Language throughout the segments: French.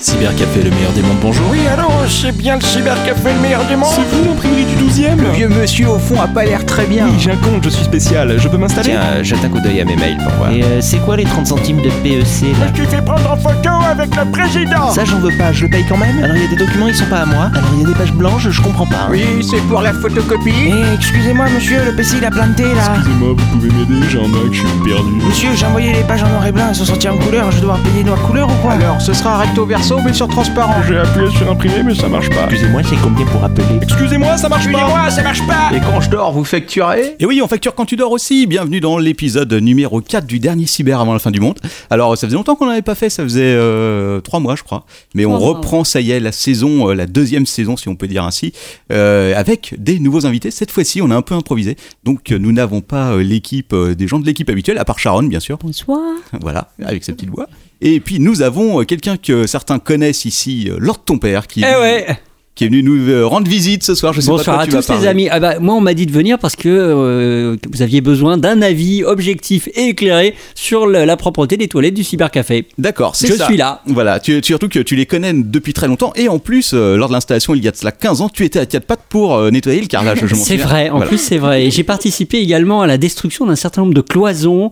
Cybercafé, le meilleur des mondes, bonjour. Oui, allô, c'est bien le Cybercafé, le meilleur des mondes. C'est vous l'imprimerie du 12e? Le vieux monsieur au fond a pas l'air très bien. Oui, j'ai un compte, je suis spécial, je peux m'installer? Tiens, jette un coup d'œil à mes mails pour voir. Et c'est quoi les 30 centimes de PEC là? Je t'ai fait prendre en photo avec le président. Ça j'en veux pas, je le paye quand même. Alors il y a des documents, ils sont pas à moi. Alors il y a des pages blanches, je comprends pas. Oui, c'est pour la photocopie. Excusez-moi monsieur, le PC il a planté là. Excusez-moi, vous pouvez m'aider, j'ai un Mac, je suis perdu. Monsieur, j'ai envoyé les pages en noir et blanc, elles sont sorties en couleur, je vais devoir payer noir couleur ou quoi? Alors, ce sera recto verso mais sur transparent. J'ai appuyé sur imprimer, mais ça marche pas. Excusez-moi, c'est combien pour appeler? Excusez-moi, ça marche pas. Excusez-moi, ça marche pas. Et quand je dors, vous facturez? Et oui, on facture quand tu dors aussi. Bienvenue dans l'épisode numéro 4 du dernier cyber avant la fin du monde. Alors, ça faisait longtemps qu'on n'en avait pas fait, ça faisait 3 mois, je crois. Mais on reprend, ça y est, la saison, la deuxième saison, si on peut dire ainsi, avec des nouveaux invités. Cette fois-ci, on a un peu improvisé. Donc, nous n'avons pas l'équipe, des gens de l'équipe habituelle, à part Sharon, bien sûr. Bonsoir. Voilà, avec sa petite voix. Et puis, nous avons quelqu'un que certains connaissent ici, Lord ton père, qui est venu nous rendre visite ce soir. Je sais Bonsoir pas à tous les amis. Moi on m'a dit de venir parce que vous aviez besoin d'un avis objectif et éclairé sur la propreté des toilettes du cybercafé. D'accord, c'est je ça. suis là. Voilà, surtout que tu les connais depuis très longtemps et en plus, lors de l'installation il y a de cela 15 ans, tu étais à quatre pattes pour nettoyer le carrelage. Je m'en C'est souviens. vrai, en plus c'est vrai. Et j'ai participé également à la destruction d'un certain nombre de cloisons,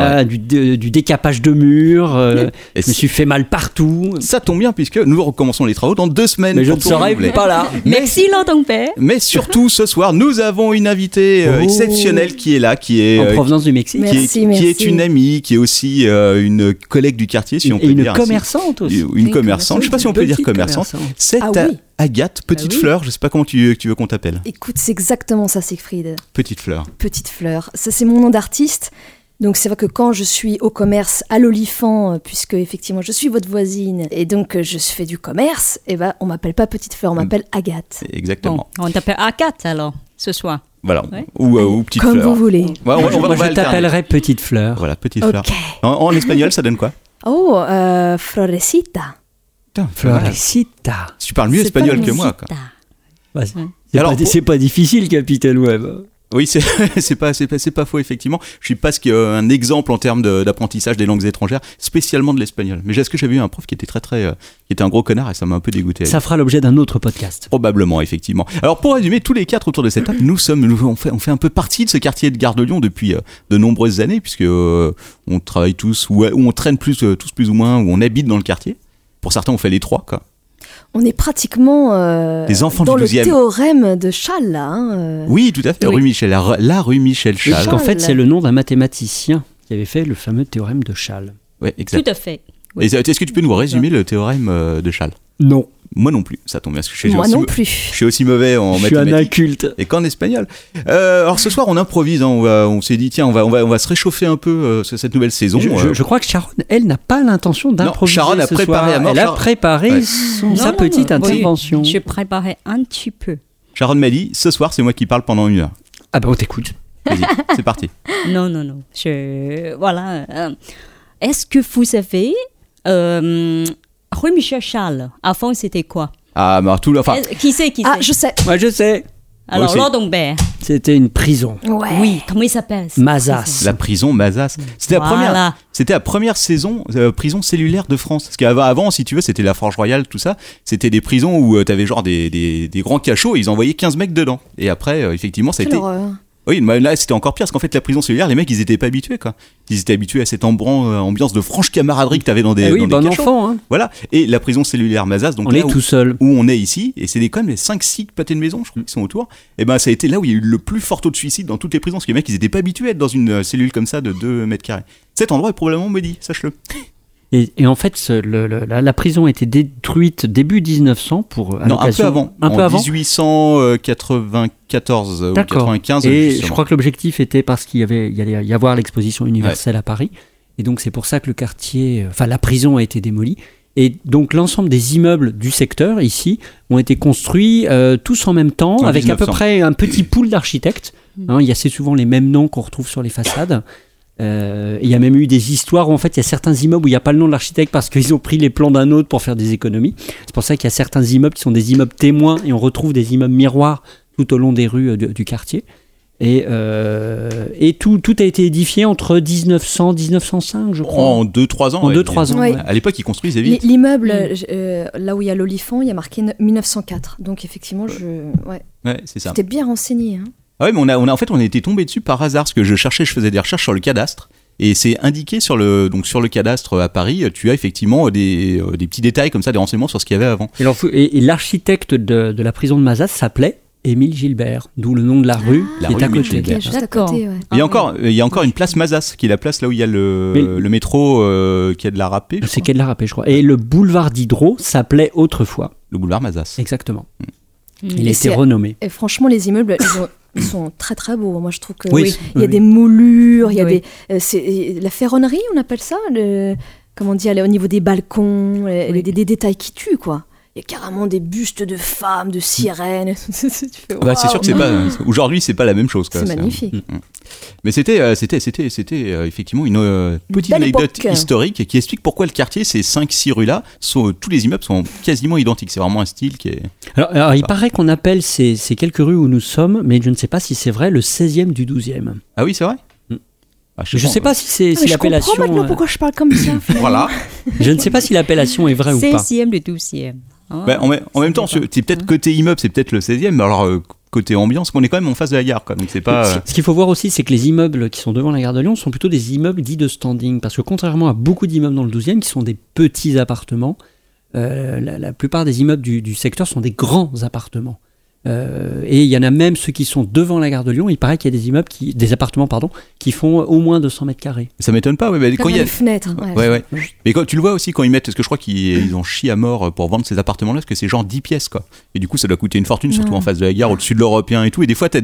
du décapage de murs. Je me suis fait mal partout. Ça tombe bien puisque nous recommençons les travaux dans 2 semaines. Mais je pour ne tout serai renouveler. pas là. Merci, Lord ton père. Mais surtout ce soir, nous avons une invitée exceptionnelle qui est là, qui est En provenance du Mexique. qui est une amie, qui est aussi une collègue du quartier, si on peut Et une dire. commerçante aussi. Une commerçante, je sais pas si on peut dire Petite commerçante. C'est Ah oui. Agathe, Petite Fleur, je sais pas comment tu veux qu'on t'appelle. Écoute, c'est exactement ça, Siegfried. Petite Fleur. Petite Fleur. Ça, c'est mon nom d'artiste. Donc, c'est vrai que quand je suis au commerce à l'Olifant, puisque effectivement, je suis votre voisine, et donc je fais du commerce, et ben, on m'appelle pas Petite Fleur, on m'appelle Agathe. Bon, Exactement. on t'appelle A4 alors, ce soir. Voilà. Ouais. Ou Petite Comme Fleur. vous voulez. Ouais, Moi, je alterner. t'appellerai Petite Fleur. Voilà, Petite Ok. Fleur. En espagnol, ça donne quoi? Oh, Florecita. Putain, Florecita. tu parles mieux C'est pas espagnol le que moi, quoi. Bah, Alors, c'est pas difficile, Capitaine Web. Oui, c'est pas faux, effectivement. Je suis pas un exemple en termes d'apprentissage des langues étrangères, spécialement de l'espagnol. Mais est-ce que j'avais eu un prof qui était qui était un gros connard et ça m'a un peu dégoûté. Ça fera l'objet d'un autre podcast. Probablement, effectivement. Alors, pour résumer, tous les 4 autour de cette table, on fait un peu partie de ce quartier de Gare de Lyon depuis de nombreuses années, puisque on travaille tous, ou on traîne tous plus ou moins, ou on habite dans le quartier. Pour certains, on fait les 3, quoi. On est pratiquement Des enfants dans du le 12e. théorème de Chasles, là. Oui, tout à fait. Oui. Rue Michel, la rue Michel Parce Chasles. qu'en fait, c'est le nom d'un mathématicien qui avait fait le fameux théorème de Chasles. Ouais, exact. Tout à fait. Et est-ce que tu peux nous résumer le théorème de Chasles? Non. Moi non plus, ça tombe bien. Parce que Moi non plus. Je suis aussi mauvais en Je suis un mathématiques inculte. et qu'en espagnol. Alors ce soir, on improvise. Hein, on s'est dit, tiens, on va se réchauffer un peu cette nouvelle saison. Je crois que Sharon, elle, n'a pas l'intention d'improviser. Sharon a ce préparé soir. à mort. Elle a préparé Ouais. sa petite intervention. Je préparais un petit peu. Sharon m'a dit, ce soir, c'est moi qui parle pendant 1 heure. Ah bah on t'écoute. Vas-y, c'est parti. Non. Voilà. Est-ce que vous savez, rue Michel Charles, avant c'était quoi? Ah, mais tout, enfin, Qui c'est Ah, je sais. Moi je sais. Alors, aussi. Lord ton père. C'était une prison. Ouais. Oui, comment il s'appelle? Mazas. la prison Mazas. C'était Voilà. la première saison prison cellulaire de France. Parce qu'avant, si tu veux, c'était la Forge Royale, tout ça. C'était des prisons où t'avais genre des grands cachots et ils envoyaient 15 mecs dedans. Et après, effectivement, ça a Quelle été... horreur. Oui, mais là c'était encore pire parce qu'en fait la prison cellulaire, les mecs ils étaient pas habitués, quoi. Ils étaient habitués à cette ambiance de franche camaraderie que t'avais dans des, oui, dans bon des cachots. enfant. Hein. Voilà. Et la prison cellulaire Mazas, donc On là est tout seul. où on est ici, et c'est quand même les 5-6 pâtés de maison, je crois, qui sont autour. Et ben ça a été là où il y a eu le plus fort taux de suicide dans toutes les prisons, parce que les mecs ils étaient pas habitués à être dans une cellule comme ça de 2 mètres carrés. Cet endroit est probablement maudit, sache-le. Et en fait, la prison a été détruite début 1900 pour. Non, un peu avant. Un peu avant. 1894 ou D'accord. 95. Et justement. je crois que l'objectif était parce qu'il y allait y avoir l'exposition universelle à Paris. Et donc c'est pour ça que le quartier, la prison a été démolie. Et donc l'ensemble des immeubles du secteur ici ont été construits tous en même temps, avec 1900. à peu près un petit pool d'architectes. Hein, il y a assez souvent les mêmes noms qu'on retrouve sur les façades. Il y a même eu des histoires où en fait il y a certains immeubles où il n'y a pas le nom de l'architecte parce qu'ils ont pris les plans d'un autre pour faire des économies. C'est pour ça qu'il y a certains immeubles qui sont des immeubles témoins et on retrouve des immeubles miroirs tout au long des rues du quartier. Et tout a été édifié entre 1900 1905, je crois. En 2-3 ans. En 2-3 ans. Ouais. À l'époque, ils construisaient vite. L'immeuble, là où il y a l'olifant, il y a marqué 1904. Donc effectivement, Ouais, c'est ça. j'étais bien renseigné. Hein. Ah ouais, mais en fait, on a été tombé dessus par hasard, parce que je faisais des recherches sur le cadastre, et c'est indiqué sur le cadastre à Paris, tu as effectivement des petits détails comme ça, des renseignements sur ce qu'il y avait avant. Et l'architecte de la prison de Mazas s'appelait Émile Gilbert, d'où le nom de la rue La qui est rue à Émile côté. Gilbert. Juste à D'accord. côté, ouais. Il y a encore une place Mazas, qui est la place là où il y a le métro qui est de la râpée. C'est quai de la Râpée, je crois. Et le boulevard Diderot s'appelait autrefois. Le boulevard Mazas. Exactement. Il Et a été c'est- renommé. Et franchement, les immeubles, ils sont très très beaux. Moi, je trouve que Oui, il y a oui. des moulures, il y a Oui. c'est la ferronnerie, on appelle ça, comment dire, au niveau des balcons, des détails qui tuent, quoi. Il y a carrément des bustes de femmes, de sirènes. Tu fais, Bah, c'est sûr que c'est pas. Aujourd'hui, c'est pas la même chose. Quoi. C'est magnifique. Mais c'était effectivement une petite Belle anecdote époque. historique qui explique pourquoi le quartier, ces 5-6 rues-là, tous les immeubles sont quasiment identiques. C'est vraiment un style qui est. Alors, il paraît qu'on appelle ces quelques rues où nous sommes, mais je ne sais pas si c'est vrai, le 16e du 12e. Ah oui, c'est vrai. Ah, Je ne sais pas si c'est Ah, mais si je comprends l'appellation. maintenant pourquoi je parle comme ça. Voilà. Je ne sais pas si l'appellation est vraie ou pas. 16e, le 12e. Ah, Bah, en même temps, c'est peut-être côté immeuble, c'est peut-être le 16e, mais alors côté ambiance, on est quand même en face de la gare, quoi. Donc c'est pas. Ce qu'il faut voir aussi, c'est que les immeubles qui sont devant la gare de Lyon sont plutôt des immeubles dits de standing. Parce que contrairement à beaucoup d'immeubles dans le 12e, qui sont des petits appartements, la plupart des immeubles du secteur sont des grands appartements. Et il y en a même ceux qui sont devant la gare de Lyon. Il paraît qu'il y a des appartements qui font au moins 200 mètres carrés. Ça m'étonne pas, ouais, quand il y a. les fenêtres. Ouais. Mais quand tu le vois aussi quand ils mettent, parce que je crois qu'ils en chient à mort pour vendre ces appartements-là, parce que c'est genre 10 pièces, quoi. Et du coup, ça doit coûter une fortune, surtout en face de la gare, au-dessus de l'Européen et tout. Et des fois, t'as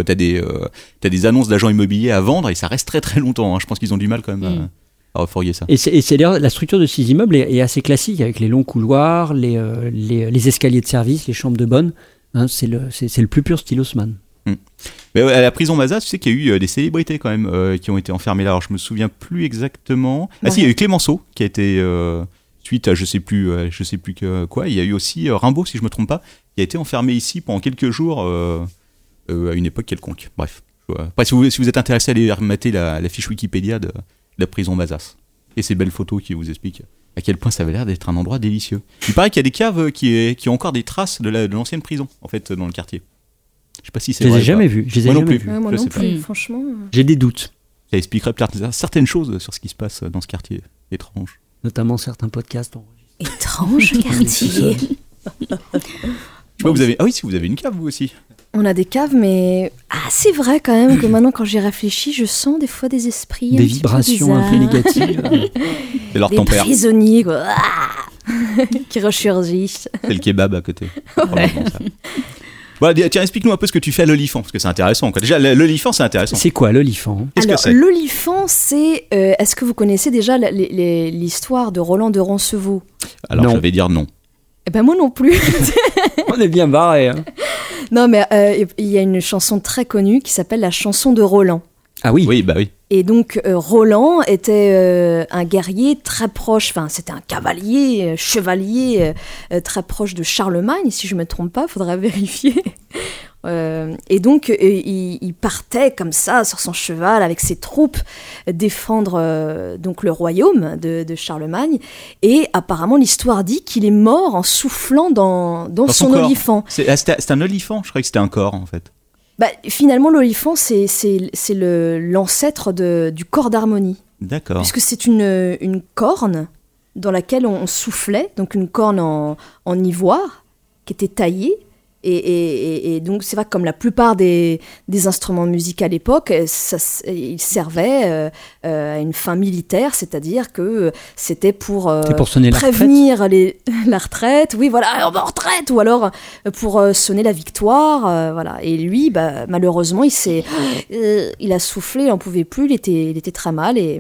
des annonces d'agents immobiliers à vendre et ça reste très très longtemps. Hein. Je pense qu'ils ont du mal quand même à refourguer ça. Et c'est d'ailleurs la structure de ces immeubles est assez classique, avec les longs couloirs, les escaliers de service, les chambres de bonne. Hein, c'est le plus pur style Haussmann. Mais à la prison Mazas, tu sais qu'il y a eu des célébrités quand même qui ont été enfermées là. Alors je me souviens plus exactement. Ah si, il y a eu Clémenceau qui a été suite à je sais plus quoi. Il y a eu aussi Rimbaud, si je me trompe pas, qui a été enfermé ici pendant quelques jours à une époque quelconque. Bref. Après, si vous êtes intéressé à aller remater la fiche Wikipédia de la prison Mazas et ces belles photos qui vous expliquent à quel point ça avait l'air d'être un endroit délicieux. Il paraît qu'il y a des caves qui ont encore des traces de l'ancienne prison, en fait, dans le quartier. Je sais pas si c'est Je vrai. les ai jamais vus. Moi non plus. Ouais, moi Je non sais pas. plus, franchement. J'ai des doutes, Ça expliquerait peut-être certaines choses sur ce qui se passe dans ce quartier étrange. notamment certains podcasts. Étrange quartier. Je sais pas, vous avez... Ah oui, si vous avez une cave, vous aussi. On a des caves, mais c'est vrai quand même que maintenant, quand j'y réfléchis, je sens des fois des esprits Des un petit peu vibrations un peu bizarres. négatives. C'est leur Des tempère. prisonniers, quoi. Qui ressurgissent. C'est le kebab à côté. Probablement ça. Voilà, tiens, explique-nous un peu ce que tu fais à l'olifant, parce que c'est intéressant. Quoi. Déjà, l'olifant, c'est intéressant. C'est quoi l'olifant? Qu'est-ce que Alors, c'est l'olifant, c'est... est-ce que vous connaissez déjà l'histoire de Roland de Roncevaux? Alors, Non. je vais dire non. Eh ben moi non plus. On est bien barré. Hein. Non, mais il y a une chanson très connue qui s'appelle la chanson de Roland. Ah oui. Oui, bah oui. Et donc, Roland était un guerrier très proche, enfin, c'était un cavalier, chevalier très proche de Charlemagne, si je ne me trompe pas, il faudra vérifier. Et donc, il partait comme ça, sur son cheval, avec ses troupes, défendre donc le royaume de Charlemagne. Et apparemment, l'histoire dit qu'il est mort en soufflant dans son corps. olifant. C'est un olifant, je croyais que c'était un corps, en fait. Bah, finalement, l'olifant, c'est l'ancêtre du corps d'harmonie. D'accord. Puisque c'est une corne dans laquelle on soufflait, donc une corne en ivoire qui était taillée. Et donc, c'est vrai que comme la plupart des instruments de musique à l'époque, ils servaient à une fin militaire, c'est-à-dire que c'était pour sonner la prévenir la retraite, oui, voilà, en retraite, ou alors pour sonner la victoire, voilà. Et lui, bah, malheureusement, il a soufflé, il n'en pouvait plus, il était très mal, et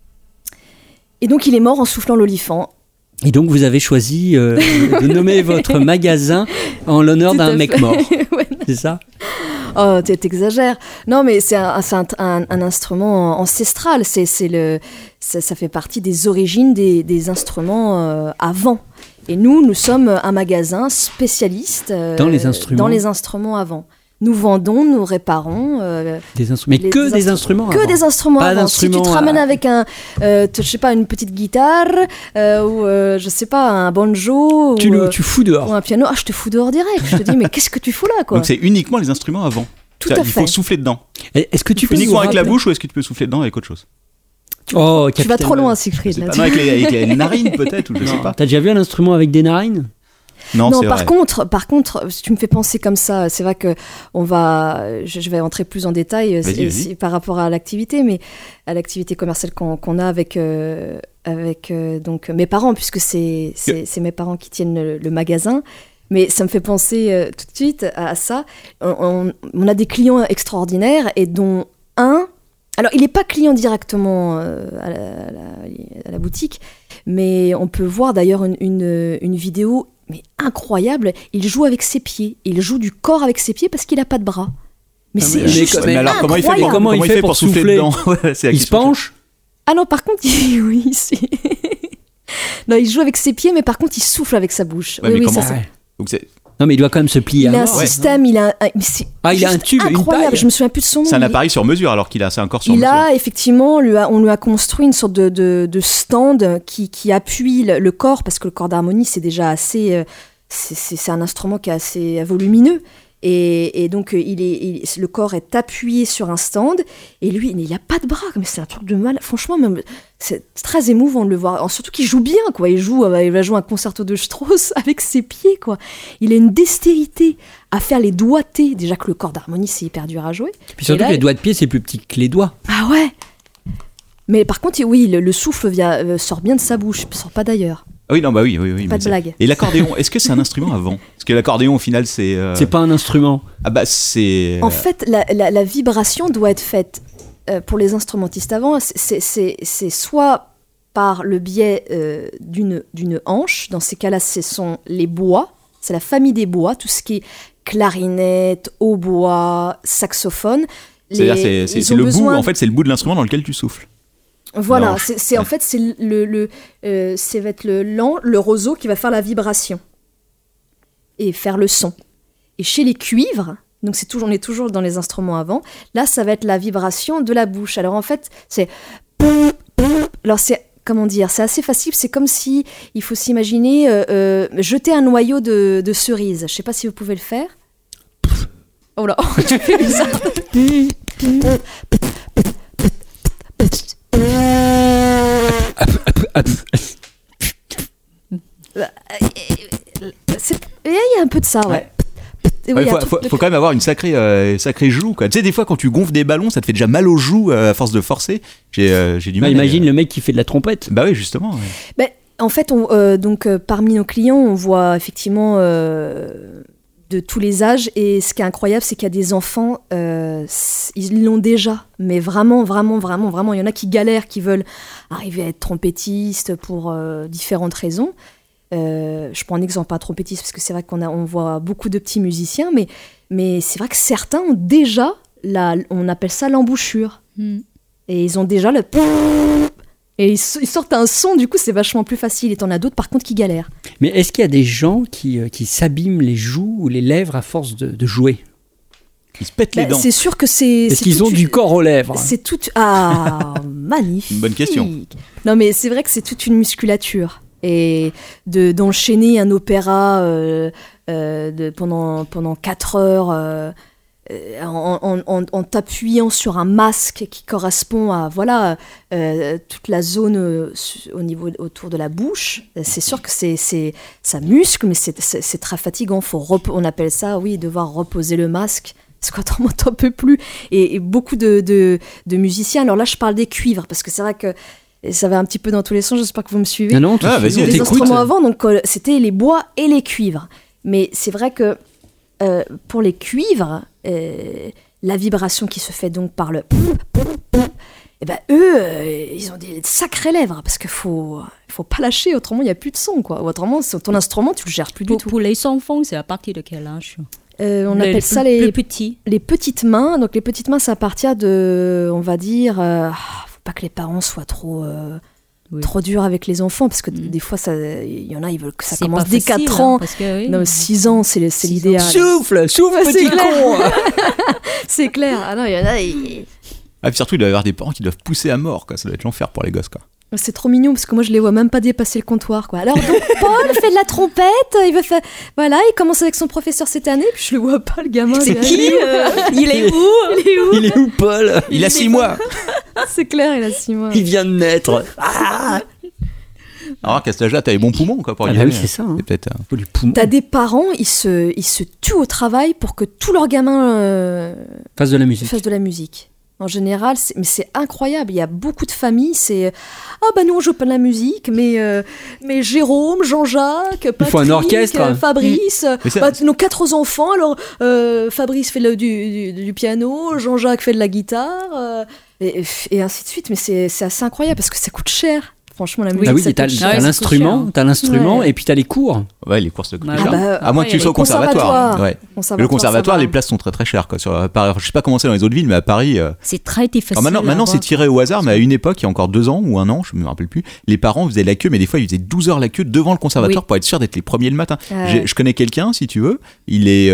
donc il est mort en soufflant l'olifant. Et donc vous avez choisi de nommer votre magasin en l'honneur Tout d'un à mec fait. mort. Ouais. C'est ça? Oh, t'exagères. Non, mais c'est un instrument ancestral. Ça fait partie des origines des instruments avant. Et nous sommes un magasin spécialiste Dans les instruments. avant. nous vendons, nous réparons. Des instruments. Mais que des instruments. Que des instruments. Pas avant. Si tu te d'instruments, ramènes avec je sais pas, une petite guitare ou je sais pas, un banjo Tu fous dehors. ou un piano, je te fous dehors direct. Je te dis mais qu'est-ce que tu fous là quoi. Donc c'est uniquement les instruments avant. Tout à Il fait. faut souffler dedans. Est-ce que tu peux Uniquement nous avec la rappeler- bouche ou est-ce que tu peux souffler dedans avec autre chose? Tu vas Capitaine trop loin, Web. Siegfried. C'est là. pas- non, avec les narines peut-être ou je sais Non. pas. T'as déjà vu un instrument avec des narines? Non, c'est par vrai. contre, si tu me fais penser comme ça, c'est vrai que je vais entrer plus en détail Vas-y. par rapport à l'activité, mais à l'activité commerciale qu'on a avec donc mes parents, puisque c'est mes parents qui tiennent le magasin. Mais ça me fait penser tout de suite à ça. On a des clients extraordinaires et dont un. Alors, il n'est pas client directement à la boutique, mais on peut voir d'ailleurs une vidéo mais incroyable. Il joue avec ses pieds. Il joue du corps avec ses pieds parce qu'il n'a pas de bras. Mais Ah, c'est mais- juste Mais alors comment il fait incroyable. Comment il fait pour souffler souffler dedans? Ouais, c'est la Il se question. penche? Ah non, par contre, oui, non, il joue avec ses pieds, mais par contre, il souffle avec sa bouche. Ouais, oui, mais oui, comment ça, c'est- Donc c'est Non, mais il doit quand même se plier Il à a un mort. système, il a mais c'est Il a un juste tube, une incroyable. paille. Je me souviens plus de son nom. c'est un mais- appareil sur mesure alors qu'il a c'est un corps sur Il mesure. a effectivement, on lui a construit une sorte de stand qui appuie le corps, parce que le corps d'harmonie, c'est déjà assez. C'est un instrument qui est assez volumineux. Et donc, le corps est appuyé sur un stand, et lui, il n'a pas de bras, mais c'est un truc de mal. Franchement, même, c'est très émouvant de le voir. Surtout qu'il joue bien, quoi. Il va jouer un concerto de Strauss avec ses pieds, quoi. Il a une dextérité à faire les doigtés. Déjà que le corps d'harmonie, c'est hyper dur à jouer. Puis surtout Et là, que les doigts de pied, c'est plus petit que les doigts. Ah ouais. Mais par contre, oui, le souffle sort bien de sa bouche, sort pas d'ailleurs. Ah oui, non, bah oui. Pas mais de c'est- blague. Et l'accordéon, est-ce que c'est un instrument avant? Parce que l'accordéon, au final, c'est. C'est pas un instrument. Ah bah c'est. En fait, la vibration doit être faite pour les instrumentistes avant. C'est soit par le biais d'une hanche. Dans ces cas-là, ce sont les bois. C'est la famille des bois, tout ce qui est clarinette, hautbois, saxophone. C'est-à-dire ils c'est ont le besoin- bout. En fait, c'est le bout de l'instrument dans lequel tu souffles. Voilà, Non, c'est en fait c'est ça va être le roseau qui va faire la vibration et faire le son. Et chez les cuivres, donc on est toujours dans les instruments avant. Là, ça va être la vibration de la bouche. Alors en fait, c'est comment dire, c'est assez facile. C'est comme si il faut s'imaginer jeter un noyau de cerise. Je sais pas si vous pouvez le faire. Oh là, tu fais bizarre. Il y a un peu de ça, ouais. Et oui, Ouais, il y a un truc de- faut quand même avoir une sacrée joue, quoi. Tu sais, des fois, quand tu gonfles des ballons, ça te fait déjà mal aux joues à force de forcer. J'ai du Bah, mal. imagine le mec qui fait de la trompette. Bah oui, justement. Ouais. Ben, en fait, parmi nos clients, on voit effectivement de tous les âges. Et ce qui est incroyable, c'est qu'il y a des enfants, ils l'ont déjà. Mais vraiment, vraiment, vraiment, vraiment. Il y en a qui galèrent, qui veulent arriver à être trompettistes pour différentes raisons. Je prends un exemple, pas trompettiste, parce que c'est vrai on voit beaucoup de petits musiciens, mais c'est vrai que certains ont déjà, on appelle ça l'embouchure. Et ils ont déjà le... Et ils sortent un son, du coup c'est vachement plus facile. Et t'en as d'autres par contre qui galèrent. Mais est-ce qu'il y a des gens qui s'abîment les joues ou les lèvres à force de jouer? Ils se pètent les Bah, dents. c'est sûr que c'est... Est-ce qu'ils ont du corps aux lèvres? C'est tout... Ah, magnifique. Une bonne question. Non mais c'est vrai que c'est toute une musculature. Et d'enchaîner un opéra pendant 4 heures en t'appuyant sur un masque qui correspond à toute la zone autour de la bouche, c'est sûr que ça muscle, mais c'est très fatigant. On appelle ça, oui, devoir reposer le masque. Parce qu'autrement, t'en peux plus. Et beaucoup de musiciens, alors là je parle des cuivres, parce que c'est vrai que ça va un petit peu dans tous les sens, j'espère que vous me suivez. Non, vas-y, Les t'écoute. instruments avant, donc c'était les bois et les cuivres. Mais c'est vrai que pour les cuivres, la vibration qui se fait donc par le... Eh ben, eux, ils ont des sacrées lèvres, parce qu'il faut pas lâcher, autrement il n'y a plus de son, quoi. Ou autrement, ton instrument, tu le gères plus du tout. Pour les enfants, c'est à partir de quel âge? On appelle ça les petits. les petites mains. Donc les petites mains, c'est à partir de, on va dire, faut pas que les parents soient trop Oui. trop dur avec les enfants parce que des fois, il y en a, ils veulent que ça C'est commence pas dès facile, 4 ans. parce que, oui. Non, 6 ans, c'est 6 l'idéal. Souffle, Ouais, petit c'est clair. con. C'est clair. Ah non, il y en a, Ah, puis surtout, il doit y avoir des parents qui doivent pousser à mort, quoi. Ça doit être l'enfer pour les gosses, quoi. c'est trop mignon parce que moi je les vois même pas dépasser le comptoir quoi. Alors donc Paul fait de la trompette, il commence avec son professeur cette année, puis je le vois pas le gamin. C'est qui Il est où Il est où, Paul? Il a 6 mois. C'est clair, il a 6 mois. Il vient de naître. Alors qu'à cet âge-là, t'as les bons poumons, quoi, pour y Ah bah aller. oui, c'est ça. Hein. C'est peut-être. Faut les poumons. T'as des parents, ils se tuent au travail pour que tous leurs gamins Face de la musique. fassent de la musique. En général, mais c'est incroyable. Il y a beaucoup de familles, c'est nous on joue pas de la musique, mais Jérôme, Jean-Jacques, Patrick, faut un orchestre. Fabrice, Mais ça- nos 4 enfants. Alors Fabrice fait du piano, Jean-Jacques fait de la guitare, et ainsi de suite. Mais c'est assez incroyable parce que ça coûte cher. Franchement, la musique, Ah oui, ça t'as coûte cher. Ouais, ça l'instrument, Ouais. et puis t'as les cours. Ouais, les courses de Ah cher. bah, À moins que tu ouais, sois au les conservatoire. Ouais. Le conservatoire, ça va. les places sont très très chères, quoi. Je sais pas comment c'est dans les autres villes, mais à Paris. C'est très difficile. Alors maintenant à c'est avoir. tiré au hasard, mais à une époque, il y a encore 2 ans ou 1 an, je me rappelle plus, les parents faisaient la queue, mais des fois ils faisaient 12 heures la queue devant le conservatoire Oui. pour être sûr d'être les premiers le matin. Ouais. Je connais quelqu'un, si tu veux, il est,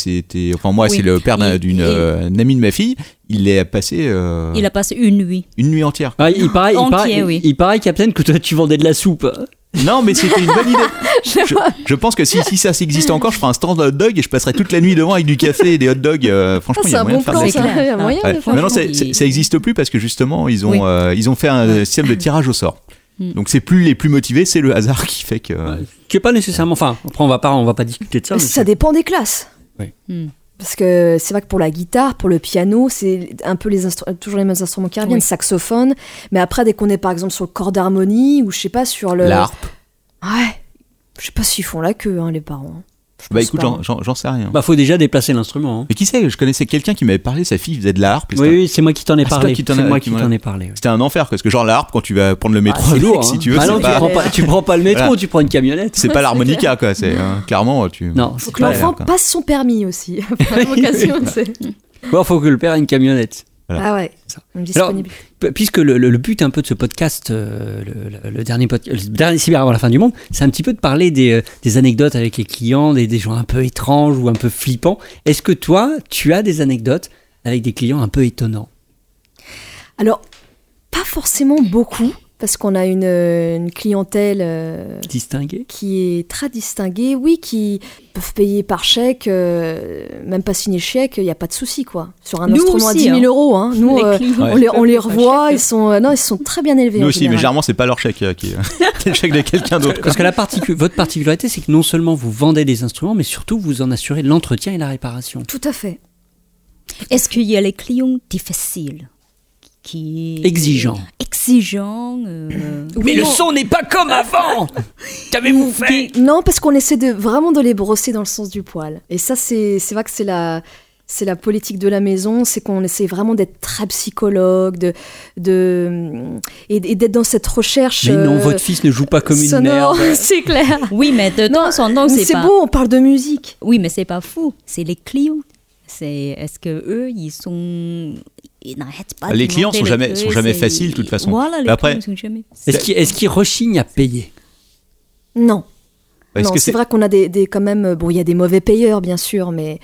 moi Oui. c'est le père d'une amie de ma fille, il est passé Il a passé une nuit. une nuit entière. Ah, il paraît, Entier, oui. Captain, que toi tu vendais de la soupe. Non, mais c'était une bonne idée. Je pense que si ça existait encore, je ferais un stand de hot dog et je passerais toute la nuit devant avec du café et des hot dogs. Franchement, il y C'est a un moyen bon de faire plan, des C'est ça. clair. Il y a moyen Ouais. de faire Maintenant, ça. ça existe plus parce que justement, ils ont fait un système de tirage au sort. Mm. Donc, c'est plus les plus motivés, c'est le hasard qui fait que. Qui est pas nécessairement. Enfin, après on va pas discuter de ça. mais Ça dépend des classes. Hmm. Parce que c'est vrai que pour la guitare, pour le piano, c'est un peu toujours les mêmes instruments qui reviennent, Oui. saxophone. Mais après, dès qu'on est par exemple sur le corps d'harmonie ou je sais pas sur le. L'harpe. Ouais. Je sais pas s'ils font la queue, hein, les parents. Je Bah pense écoute, pas. j'en sais rien. Bah, faut déjà déplacer l'instrument. Hein. Mais qui sait, je connaissais quelqu'un qui m'avait parlé, sa fille faisait de la harpe. Et Oui, c'est moi qui t'en ai Ah, c'est toi parlé. qui t'en C'est as- moi qui qui m'en t'en a- ai parlé. oui. C'était un enfer parce que genre la harpe quand tu vas prendre le métro, C'est lourd, si hein. tu veux, Ah non, c'est pas, tu prends pas le métro, Ouais. tu prends une camionnette. c'est pas l'harmonica quoi. C'est clairement tu. Non, Faut c'est que pas l'enfant quoi. passe son permis aussi. À l'occasion, c'est. Bon, faut que le père ait une camionnette. Voilà. Ah ouais. Ça. Disponible. Puisque le but un peu de ce podcast, le dernier cyber avant la fin du monde, c'est un petit peu de parler des anecdotes avec les clients, des gens un peu étranges ou un peu flippants. Est-ce que toi, tu as des anecdotes avec des clients un peu étonnants? Alors, pas forcément beaucoup, parce qu'on a une clientèle Distingués? qui est très distinguée, oui, qui peuvent payer par chèque, même pas signer chèque, il n'y a pas de souci, quoi. Sur un Nous instrument à aussi, 10 000 hein. euros, hein. Nous, Les clients. on les Pas revoit, chèque. ils sont très bien élevés. Nous en aussi, mais général. généralement c'est pas leur chèque qui c'est le chèque de quelqu'un d'autre. Parce que votre particularité, c'est que non seulement vous vendez des instruments, mais surtout vous en assurez l'entretien et la réparation. Tout à fait. Est-ce qu'il y a les clients difficiles Exigeants. Exigeants. Mais le son n'est pas comme avant. Qu'avez-vous fait? Non, parce qu'on essaie vraiment de les brosser dans le sens du poil. Et ça, c'est vrai que c'est la politique de la maison, c'est qu'on essaie vraiment d'être très psychologue, et d'être dans cette recherche. Mais non, votre fils ne joue pas comme une sonore, merde. c'est clair. Oui, mais de temps en temps, Mais c'est pas. beau, on parle de musique. Oui, mais c'est pas fou. C'est les clients. Est-ce que eux, ils n'arrêtent pas. Les de clients demander sont jamais faciles, de toute façon. Voilà, les Mais après- clients sont jamais. Est-ce qu'ils rechignent à payer? Non. Est-ce Non, que c'est vrai qu'on a des quand même. Bon, il y a des mauvais payeurs, bien sûr, mais.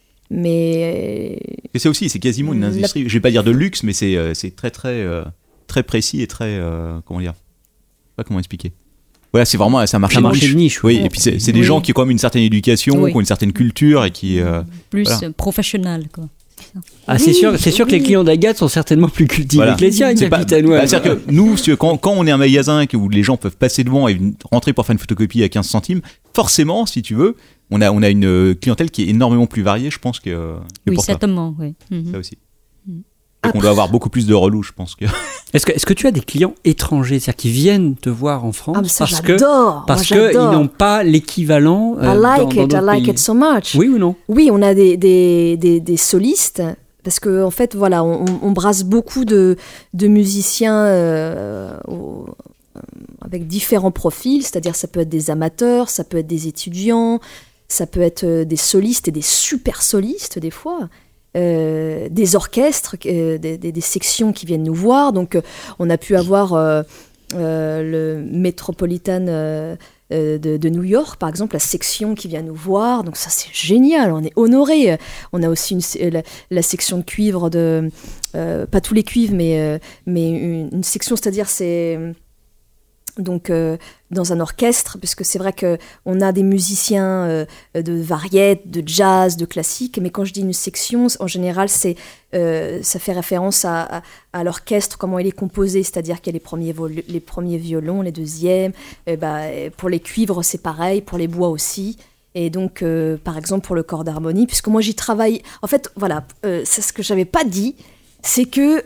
que c'est aussi, c'est quasiment une industrie. Je vais pas dire de luxe, mais c'est très très précis et très comment dire. Je sais pas comment expliquer. Voilà, c'est vraiment un marché Un marché de niche, Oui, oui. et puis c'est des Oui. gens qui ont quand même une certaine éducation, Oui. qui ont une certaine culture et qui. Plus Voilà. professionnel, quoi. Ah, c'est sûr que les clients d'Agathe sont certainement plus cultivés Voilà. que les tiens, C'est pas- capitaine. Ouais. C'est-à-dire que nous, quand on est un magasin où les gens peuvent passer devant et rentrer pour faire une photocopie à 15 centimes, forcément, si tu veux, on a une clientèle qui est énormément plus variée, je pense, que Oui, pour toi. certainement, oui. Mhm. Ça aussi. Et qu'on doit avoir beaucoup plus de relous, je pense. Est-ce que tu as des clients étrangers, c'est-à-dire qui viennent te voir en France Ah, mais ça, parce que j'adore. parce Moi, qu'ils j'adore. n'ont pas l'équivalent I like dans it, I d'autres like pays. it so much. Oui ou non? Oui, on a des solistes, parce que en fait, voilà, on brasse beaucoup de musiciens avec différents profils, c'est-à-dire ça peut être des amateurs, ça peut être des étudiants, ça peut être des solistes et des super solistes des fois. Des orchestres, des sections qui viennent nous voir. Donc, on a pu avoir le Metropolitan de New York, par exemple, la section qui vient nous voir. Donc ça, c'est génial, on est honorés. On a aussi la section de cuivre, pas tous les cuivres, mais une section, c'est-à-dire c'est... Donc dans un orchestre, puisque c'est vrai qu'on a des musiciens de variétés, de jazz, de classique, mais quand je dis une section, en général, ça fait référence à l'orchestre, comment il est composé, c'est-à-dire qu'il y a les premiers violons, les deuxièmes, pour les cuivres c'est pareil, pour les bois aussi. Et donc, par exemple, pour le corps d'harmonie, puisque moi j'y travaille, en fait, voilà, c'est ce que j'avais pas dit, c'est que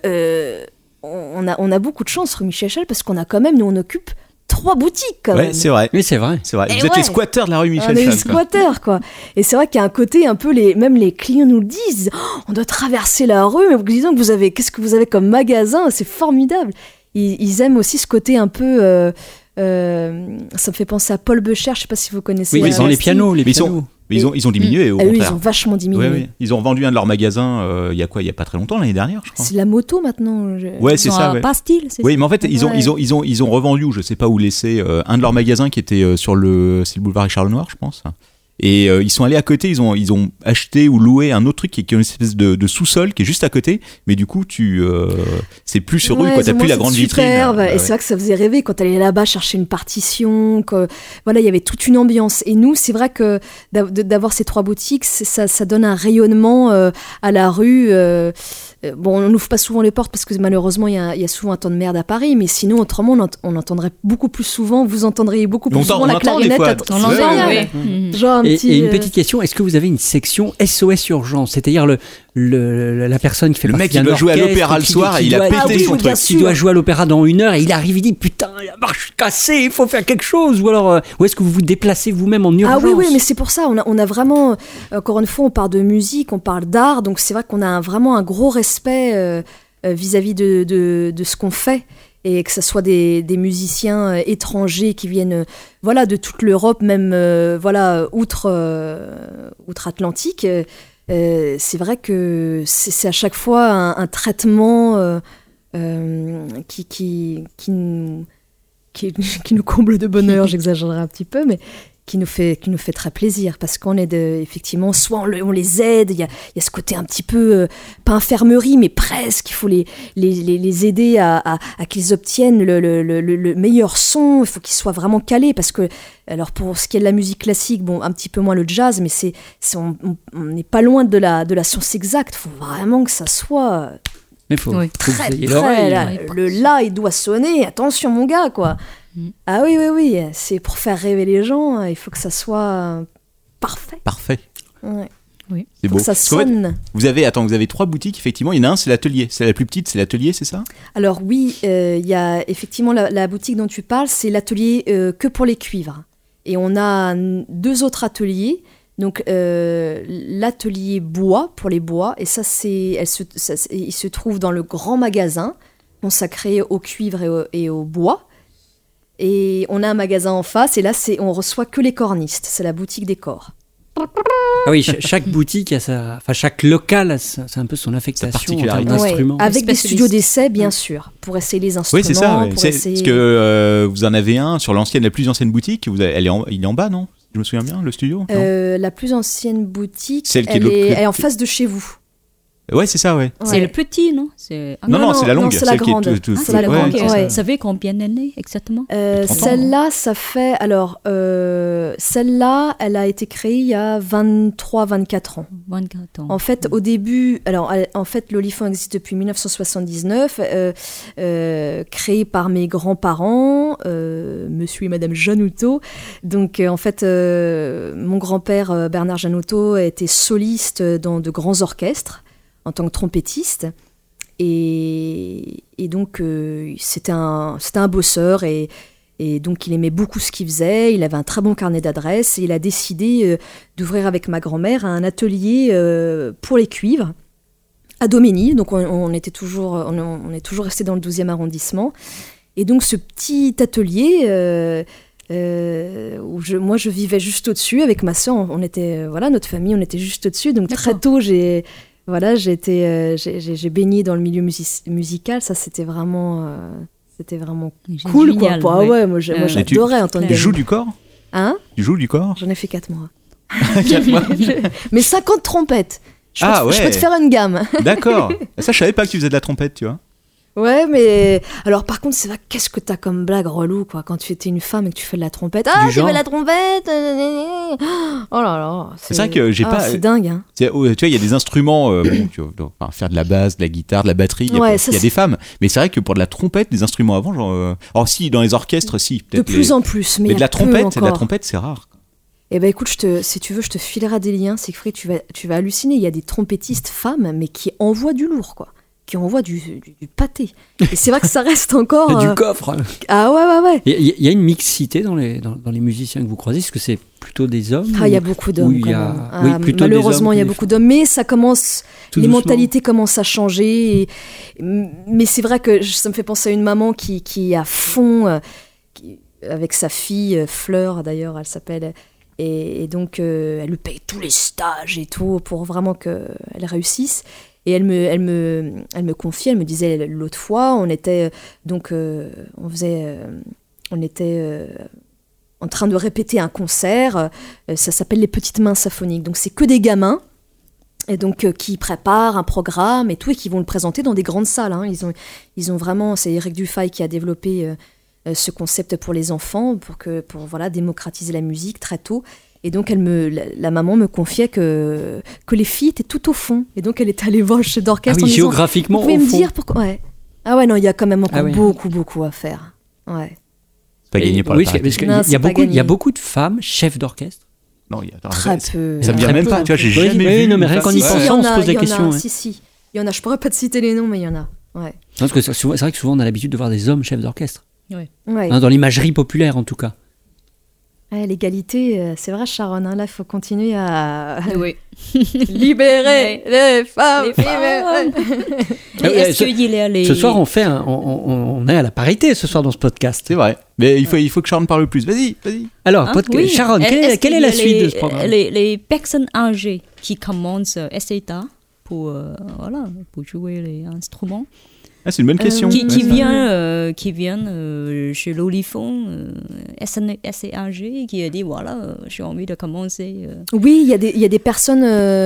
on a beaucoup de chance rue Michel Chal, parce qu'on a quand même, nous on occupe 3 boutiques quand même. C'est vrai. Oui, c'est vrai. C'est vrai. Et Vous êtes les squatteurs de la rue Michel on est Chal. les squatteurs, quoi. Et c'est vrai qu'il y a un côté un peu, même les clients nous le disent, on doit traverser la rue, mais disons que qu'est-ce que vous avez comme magasin, c'est formidable. Ils aiment aussi ce côté un peu... ça me fait penser à Paul Becher, je sais pas si vous connaissez. Oui, ils ont les pianos, pianos. Ils ont diminué au Ah contraire. oui, ils ont vachement diminué. Oui. Ils ont vendu un de leurs magasins il y a pas très longtemps, l'année dernière, je crois. C'est la moto maintenant. Ouais, c'est ça. Ouais. Bastille, c'est Oui, ça. mais en fait, ils ont revendu, ou je sais pas où laisser, un de leurs magasins qui était c'est le boulevard Richard Lenoir, je pense. Et ils sont allés à côté, ils ont acheté ou loué un autre truc qui est une espèce de sous-sol qui est juste à côté, mais du coup c'est plus sur rue, quoi, t'as plus la grande vitrine. Et c'est vrai que ça faisait rêver quand t'allais là-bas chercher une partition, voilà, il y avait toute une ambiance. Et nous, c'est vrai que d'avoir ces 3 boutiques, ça donne un rayonnement à la rue. Bon, on n'ouvre pas souvent les portes parce que malheureusement il y a souvent un temps de merde à Paris, mais sinon autrement on entendrait beaucoup plus souvent, vous entendriez beaucoup plus souvent la clarinette. On l'entend, oui. Genre Et une petite question, est-ce que vous avez une section SOS urgence, c'est-à-dire la personne qui fait le partie mec qui d'un doit jouer à orchestre, l'opéra le soir et il a pété son truc. Qui doit jouer à l'opéra dans 1 heure et il arrive, il dit putain la marche cassée, il faut faire quelque chose, ou alors où est-ce que vous vous déplacez vous-même en urgence? Ah oui, mais c'est pour ça, on a vraiment, encore une fois, on parle de musique, on parle d'art, donc c'est vrai qu'on a vraiment un gros respect vis-à-vis de ce qu'on fait. Et que ce soit des musiciens étrangers qui viennent de toute l'Europe, même outre-Atlantique, c'est vrai que c'est à chaque fois un traitement qui nous comble de bonheur, j'exagérerai un petit peu, mais qui nous fait très plaisir, parce qu'on est effectivement, soit on les aide, il y a ce côté un petit peu, pas infirmerie, mais presque, il faut les aider à qu'ils obtiennent le meilleur son, il faut qu'ils soient vraiment calés, parce que, alors pour ce qui est de la musique classique, bon, un petit peu moins le jazz, mais on n'est pas loin de la science exacte, il faut vraiment que ça soit... Mais faut très que vous ayez près, l'oreille. le la il doit sonner, attention mon gars, quoi. Ah oui, c'est pour faire rêver les gens, il faut que ça soit parfait. Parfait. Ouais. Oui. C'est Faut beau. que ça sonne. Vous avez 3 boutiques, effectivement. Il y en a un, c'est l'atelier. C'est la plus petite, c'est l'atelier, c'est ça? Alors oui, il y a effectivement la boutique dont tu parles, c'est l'atelier que pour les cuivres. Et on a 2 autres ateliers. Donc l'atelier bois pour les bois, et ça il se trouve dans le grand magasin consacré au cuivre et au bois. Et on a un magasin en face, et là on reçoit que les cornistes, c'est la boutique des corps. Ah oui, chaque boutique a chaque local c'est un peu son affectation en termes d'instruments. Ouais, avec des studios d'essai, bien sûr, pour essayer les instruments. Oui, c'est ça. Pour essayer... Parce que vous en avez un sur la plus ancienne boutique. Il est en bas, non? Je me souviens bien, le studio. La plus ancienne boutique, elle est en face de chez vous. Ouais, c'est ça, ouais. C'est le petit, non? Non, c'est la longue. C'est la grande. C'est la grande. Ouais. Vous savez combien d'années exactement? Celle-là, ça fait... Alors, celle-là, elle a été créée il y a 23-24 ans. 24 ans. En fait, au début... Alors, en fait, l'Olifant existe depuis 1979, créé par mes grands-parents, monsieur et madame Janoutot. Donc, en fait, mon grand-père, Bernard Janoutot, était soliste dans de grands orchestres, en tant que trompettiste, et donc c'était un bosseur, et donc il aimait beaucoup ce qu'il faisait, il avait un très bon carnet d'adresses, et il a décidé d'ouvrir avec ma grand-mère un atelier pour les cuivres à Doménil. Donc on est toujours resté dans le 12e arrondissement, et donc ce petit atelier où moi je vivais juste au-dessus avec ma sœur, on était notre famille, on était juste au-dessus, donc très tôt j'ai baigné dans le milieu musical. Ça, c'était vraiment C'était vraiment C'est cool, génial, quoi. Ah ouais. ouais, moi Et j'adorais entendre Tu Galine. joues du corps Hein? Tu joues du corps J'en ai fait 4 mois. 4 mois. Mais 50 trompettes. Je peux te faire une gamme. D'accord. Ça, je savais pas que tu faisais de la trompette, tu vois. Ouais, mais alors par contre, c'est vrai, qu'est-ce que t'as comme blague relou, quoi, quand tu étais une femme et que tu fais de la trompette. Ah, tu fais de la trompette. Oh là là. C'est vrai que j'ai pas. C'est dingue, hein. Tu vois, il y a des instruments, tu vois, enfin, faire de la basse, de la guitare, de la batterie. Il y a, Ouais, il ça, y a des femmes. Mais c'est vrai que pour de la trompette, des instruments avant, genre. Alors, si, dans les orchestres, si. De Peut-être plus en plus, mais Mais il de y a la trompette, peu encore. c'est rare. Eh ben écoute, si tu veux, je te filerai des liens, Siegfried, tu vas halluciner. Il y a des trompettistes femmes, mais qui envoient du lourd, quoi. Qui envoient du pâté. Et c'est vrai que ça reste encore. Du coffre. Ah ouais. Il y a une mixité dans les musiciens que vous croisez. Est-ce que c'est plutôt des hommes Ah, il y a beaucoup d'hommes, il quand y a- même. oui, Ah, plutôt des malheureusement, hommes il y a que des beaucoup d'hommes. Mais ça commence. Tout Les doucement. mentalités commencent à changer. Mais c'est vrai que ça me fait penser à une maman qui est à fond, avec sa fille, Fleur d'ailleurs, elle s'appelle. Et donc, elle lui paye tous les stages et tout pour vraiment qu'elle réussisse. Et elle me confiait, elle me disait l'autre fois, on était en train de répéter un concert, ça s'appelle les Petites Mains Symphoniques. Donc c'est que des gamins, et donc qui préparent un programme et tout, et qui vont le présenter dans des grandes salles. Hein. Ils ont vraiment, c'est Eric Dufay qui a développé ce concept pour les enfants, pour voilà, démocratiser la musique très tôt. Et donc la maman me confiait que les filles étaient tout au fond. Et donc elle était allée voir le chef d'orchestre en disant, géographiquement vous pouvez au me fond. dire pourquoi ouais. Ah ouais, non, il y a quand même encore ouais. beaucoup à faire. Ouais. C'est pas gagné par oui, la parce qu'il Non, y c'est a pas beaucoup, il y a gagné. beaucoup de femmes chefs d'orchestre. Non, Très peu. Ça me vient Très même peu, pas, en tu vois, j'ai fait. jamais Oui, vu. non, mais une rien femme- qu'en y Si, pensant, il y en on se a, pose la il y en a, question, ouais. Si. Il y en a, je pourrais pas te citer les noms, mais il y en a. Ouais. Parce que c'est vrai que souvent on a l'habitude de voir des hommes chefs d'orchestre. Ouais. Hein, dans l'imagerie populaire en tout cas. Ouais, l'égalité, c'est vrai, Sharon, hein, là, il faut continuer à Oui. libérer les femmes. Les femmes. Ah ouais, Est-ce qu'il y a les... Ce soir, on est à la parité ce soir dans ce podcast. C'est vrai. Mais il faut que Sharon parle plus. Vas-y. Alors, Hein, oui. Sharon, Est-ce quelle qu'il est y la a suite de ce programme les personnes âgées qui commencent assez tard pour jouer les instruments, Ah, c'est une bonne question. qui Ouais, ça. viennent chez l'Olifant, assez âgées, qui a dit voilà, j'ai envie de commencer. Oui, il y a des personnes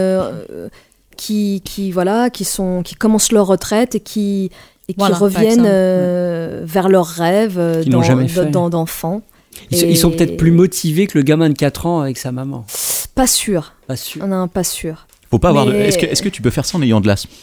qui commencent leur retraite et qui Voilà, par reviennent exemple. vers leurs rêves Qui n'ont jamais fait. d'enfants. Ils sont peut-être plus motivés que le gamin de 4 ans avec sa maman. Pas sûr. Pas sûr. Non, pas sûr. Faut pas avoir. Mais- Est-ce que tu peux faire ça en ayant de l'asthme?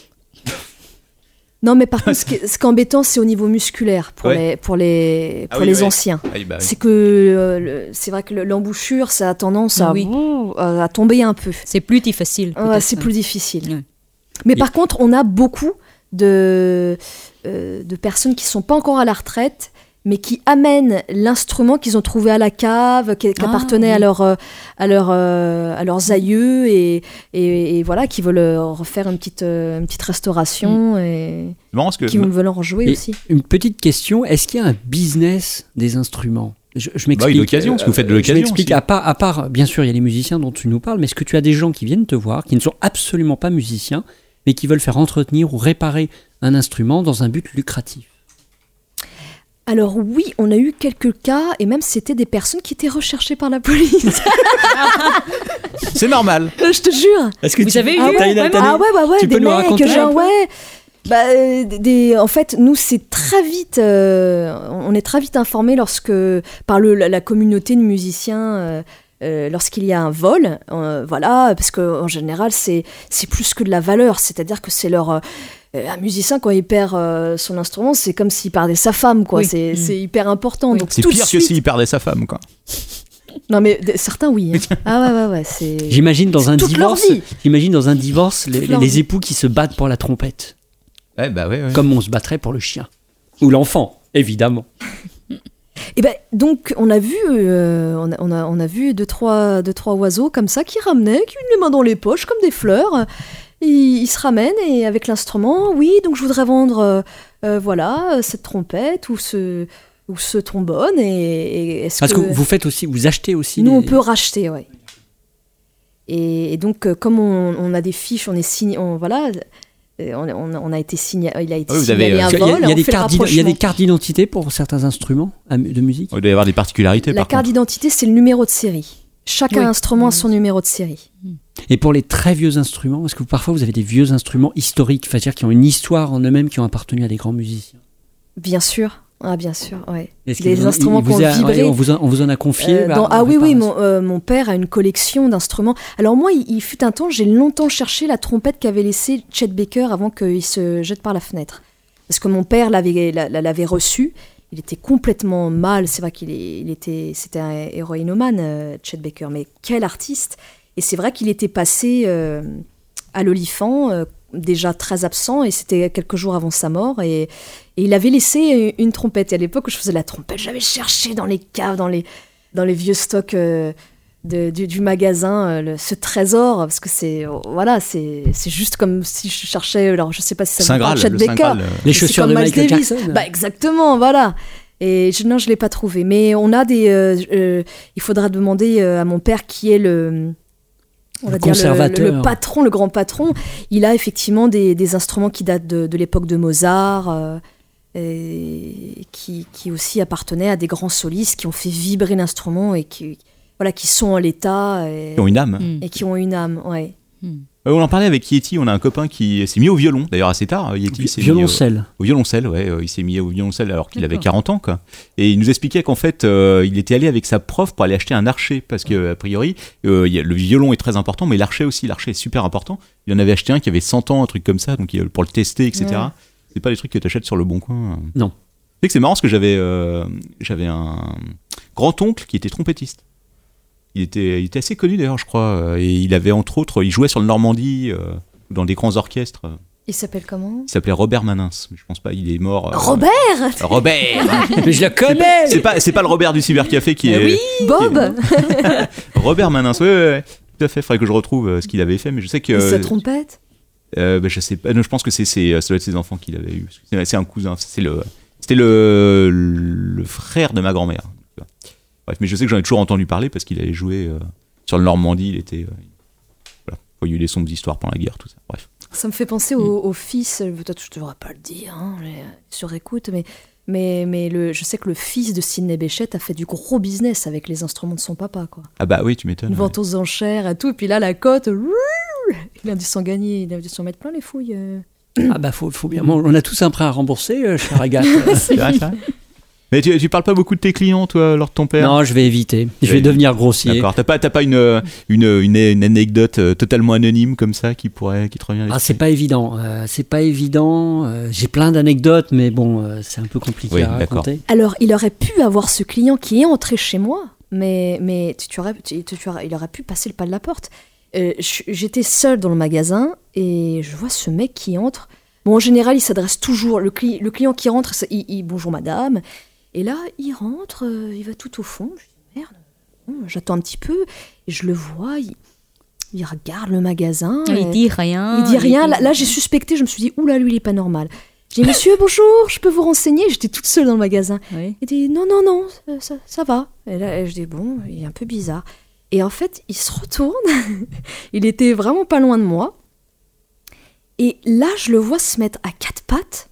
Non, mais par contre, ce qui est embêtant, c'est au niveau musculaire pour Ouais. les anciens. C'est que c'est vrai que l'embouchure, ça a tendance Oui. à tomber un peu. C'est plus difficile. Ouais, peut-être. c'est plus difficile. Ouais. Mais par contre, on a beaucoup de personnes qui sont pas encore à la retraite, mais qui amènent l'instrument qu'ils ont trouvé à la cave, qui appartenait oui. à leurs aïeux, et voilà, qui veulent refaire une petite restauration, et C'est marrant parce que. qui veulent en rejouer Et aussi. une petite question, est-ce qu'il y a un business des instruments? Je m'explique. Bah oui, l'occasion, parce que vous faites de l'occasion Je m'explique, aussi. à part, bien sûr, il y a les musiciens dont tu nous parles, mais est-ce que tu as des gens qui viennent te voir, qui ne sont absolument pas musiciens, mais qui veulent faire entretenir ou réparer un instrument dans un but lucratif? Alors oui, on a eu quelques cas, et même c'était des personnes qui étaient recherchées par la police. C'est normal. Je te jure. Est-ce que Vous avez Ah eu ouais, vraiment ah ouais, Tu des peux nous mecs, raconter un genre, peu ouais. En fait, nous, c'est très vite, on est très vite informés par la communauté de musiciens, lorsqu'il y a un vol, voilà, parce qu'en général, c'est plus que de la valeur, c'est-à-dire que c'est un musicien, quand il perd son instrument, c'est comme s'il perdait sa femme, quoi. Oui. C'est hyper important. Oui. Donc, C'est tout de pire que suite- s'il perdait sa femme, quoi. Non, mais certains, oui. Hein. Ah ouais, c'est... J'imagine dans un toute leur divorce, vie. les, leur les vie. époux qui se battent pour la trompette, Ouais, bah ouais. comme on se battrait pour le chien ou l'enfant, évidemment. Et ben donc on a vu on a vu deux trois oiseaux comme ça qui ramenaient, qui ont les mains dans les poches comme des fleurs. Ils se ramènent, et avec l'instrument, oui, donc je voudrais vendre voilà, cette trompette ou ce trombone, et est-ce Parce que vous faites aussi, vous achetez aussi. nous des- on peut racheter, ouais. Et donc comme on a des fiches, on est signé, voilà, On a été il a été vous avez, signalé un Il y a- vol. il y a on des fait le cartes il y a rapprochement. des cartes d'identité pour certains instruments de musique. Il doit y avoir des particularités La par carte contre. d'identité, c'est le numéro de série. Chaque instrument a son numéro de série. Et pour les très vieux instruments, est-ce que parfois vous avez des vieux instruments historiques, c'est-à-dire qui ont une histoire en eux-mêmes, qui ont appartenu à des grands musiciens? Bien sûr. Ah, bien sûr, ouais. Est-ce Des qu'il instruments il vous qui ont a- vibré. on vous en a confié Ah oui, mon père a une collection d'instruments. Alors moi, il fut un temps, j'ai longtemps cherché la trompette qu'avait laissée Chet Baker avant qu'il se jette par la fenêtre. Parce que mon père l'avait reçu. Il était complètement mal. C'est vrai c'était un héroïnomane, Chet Baker, mais quel artiste. Et c'est vrai qu'il était passé à l'Olifant, déjà très absent, et c'était quelques jours avant sa mort, et il avait laissé une trompette. Et à l'époque où je faisais la trompette, j'avais cherché dans les caves, dans les vieux stocks du magasin, ce trésor, parce que c'est juste comme si je cherchais, alors je sais pas si ça Saint vous parle, Graal, Chet le Saint Baker. Graal, Les C'est chaussures comme de Miles Michael Davis. Jackson. Bah exactement, voilà. Et non, je l'ai pas trouvé. Mais on a il faudra demander à mon père qui est le conservateur. le patron, le grand patron. Il a effectivement des instruments qui datent de l'époque de Mozart, et qui aussi appartenaient à des grands solistes qui ont fait vibrer l'instrument et qui sont en l'état Qui ont une âme. et qui ont une âme. Ouais. On en parlait avec Yeti, on a un copain qui s'est mis au violon, d'ailleurs assez tard. Yeti s'est mis Violoncelle. au violoncelle, ouais. Il s'est mis au violoncelle alors qu'il avait D'accord. 40 ans, quoi. Et il nous expliquait qu'en fait, il était allé avec sa prof pour aller acheter un archet, parce que a priori, le violon est très important, mais l'archet aussi, l'archet est super important. Il en avait acheté un qui avait 100 ans, un truc comme ça, donc pour le tester, etc. Ouais. C'est pas des trucs que tu achètes sur le bon coin. Non. Tu sais que c'est marrant parce que j'avais un grand-oncle qui était trompettiste. Il était assez connu d'ailleurs, je crois, et il avait entre autres, il jouait sur le Normandie, dans des grands orchestres. Il s'appelle comment? Il s'appelait Robert Manins, mais je pense pas, il est mort. Robert. Robert. Mais je la connais. C'est pas le Robert du cybercafé qui est. Bob. Robert Manins, ouais, tout à fait. Faudrait que je retrouve ce qu'il avait fait, mais je sais que. Et sa trompette. Je sais pas. Non, je pense que ça doit être ses enfants qui l'avaient eu. C'est un cousin. C'était le frère de ma grand-mère. Bref, mais je sais que j'en ai toujours entendu parler parce qu'il allait jouer sur le Normandie. Il était. Voilà. Il y a eu des sombres histoires pendant la guerre, tout ça. Bref. Ça me fait penser au fils, peut-être je ne devrais pas le dire, sur écoute, mais je sais que le fils de Sidney Bechet a fait du gros business avec les instruments de son papa, quoi. Ah bah oui, tu m'étonnes. Une vente aux enchères et tout, et puis là, la cote, il a dû s'en gagner, il a dû s'en mettre plein les fouilles. Ah bah faut bien. Bon, on a tous un prêt à rembourser, cher Agathe. C'est vrai, ça. Mais tu parles pas beaucoup de tes clients, toi, lors de ton père? Non, je vais éviter. Je vais devenir grossier. D'accord. T'as pas une anecdote totalement anonyme comme ça qui te revient? Ah, c'est pas évident. C'est pas évident. J'ai plein d'anecdotes, mais bon, c'est un peu compliqué Oui, à raconter. Alors, il aurait pu avoir ce client qui est entré chez moi, mais il aurait pu passer le pas de la porte. J'étais seule dans le magasin et je vois ce mec qui entre. Bon, en général, il s'adresse toujours. Le client qui rentre, bonjour madame. Et là, il rentre, il va tout au fond. Je dis merde, j'attends un petit peu. Et je le vois, il regarde le magasin. Il dit rien. Il dit rien. Là, j'ai suspecté, je me suis dit, oula, lui, il est pas normal. J'ai dit, monsieur, bonjour, je peux vous renseigner? J'étais toute seule dans le magasin. Oui. Il dit, non, ça va. Et là, je dis, bon, il est un peu bizarre. Et en fait, il se retourne. Il était vraiment pas loin de moi. Et là, je le vois se mettre à quatre pattes.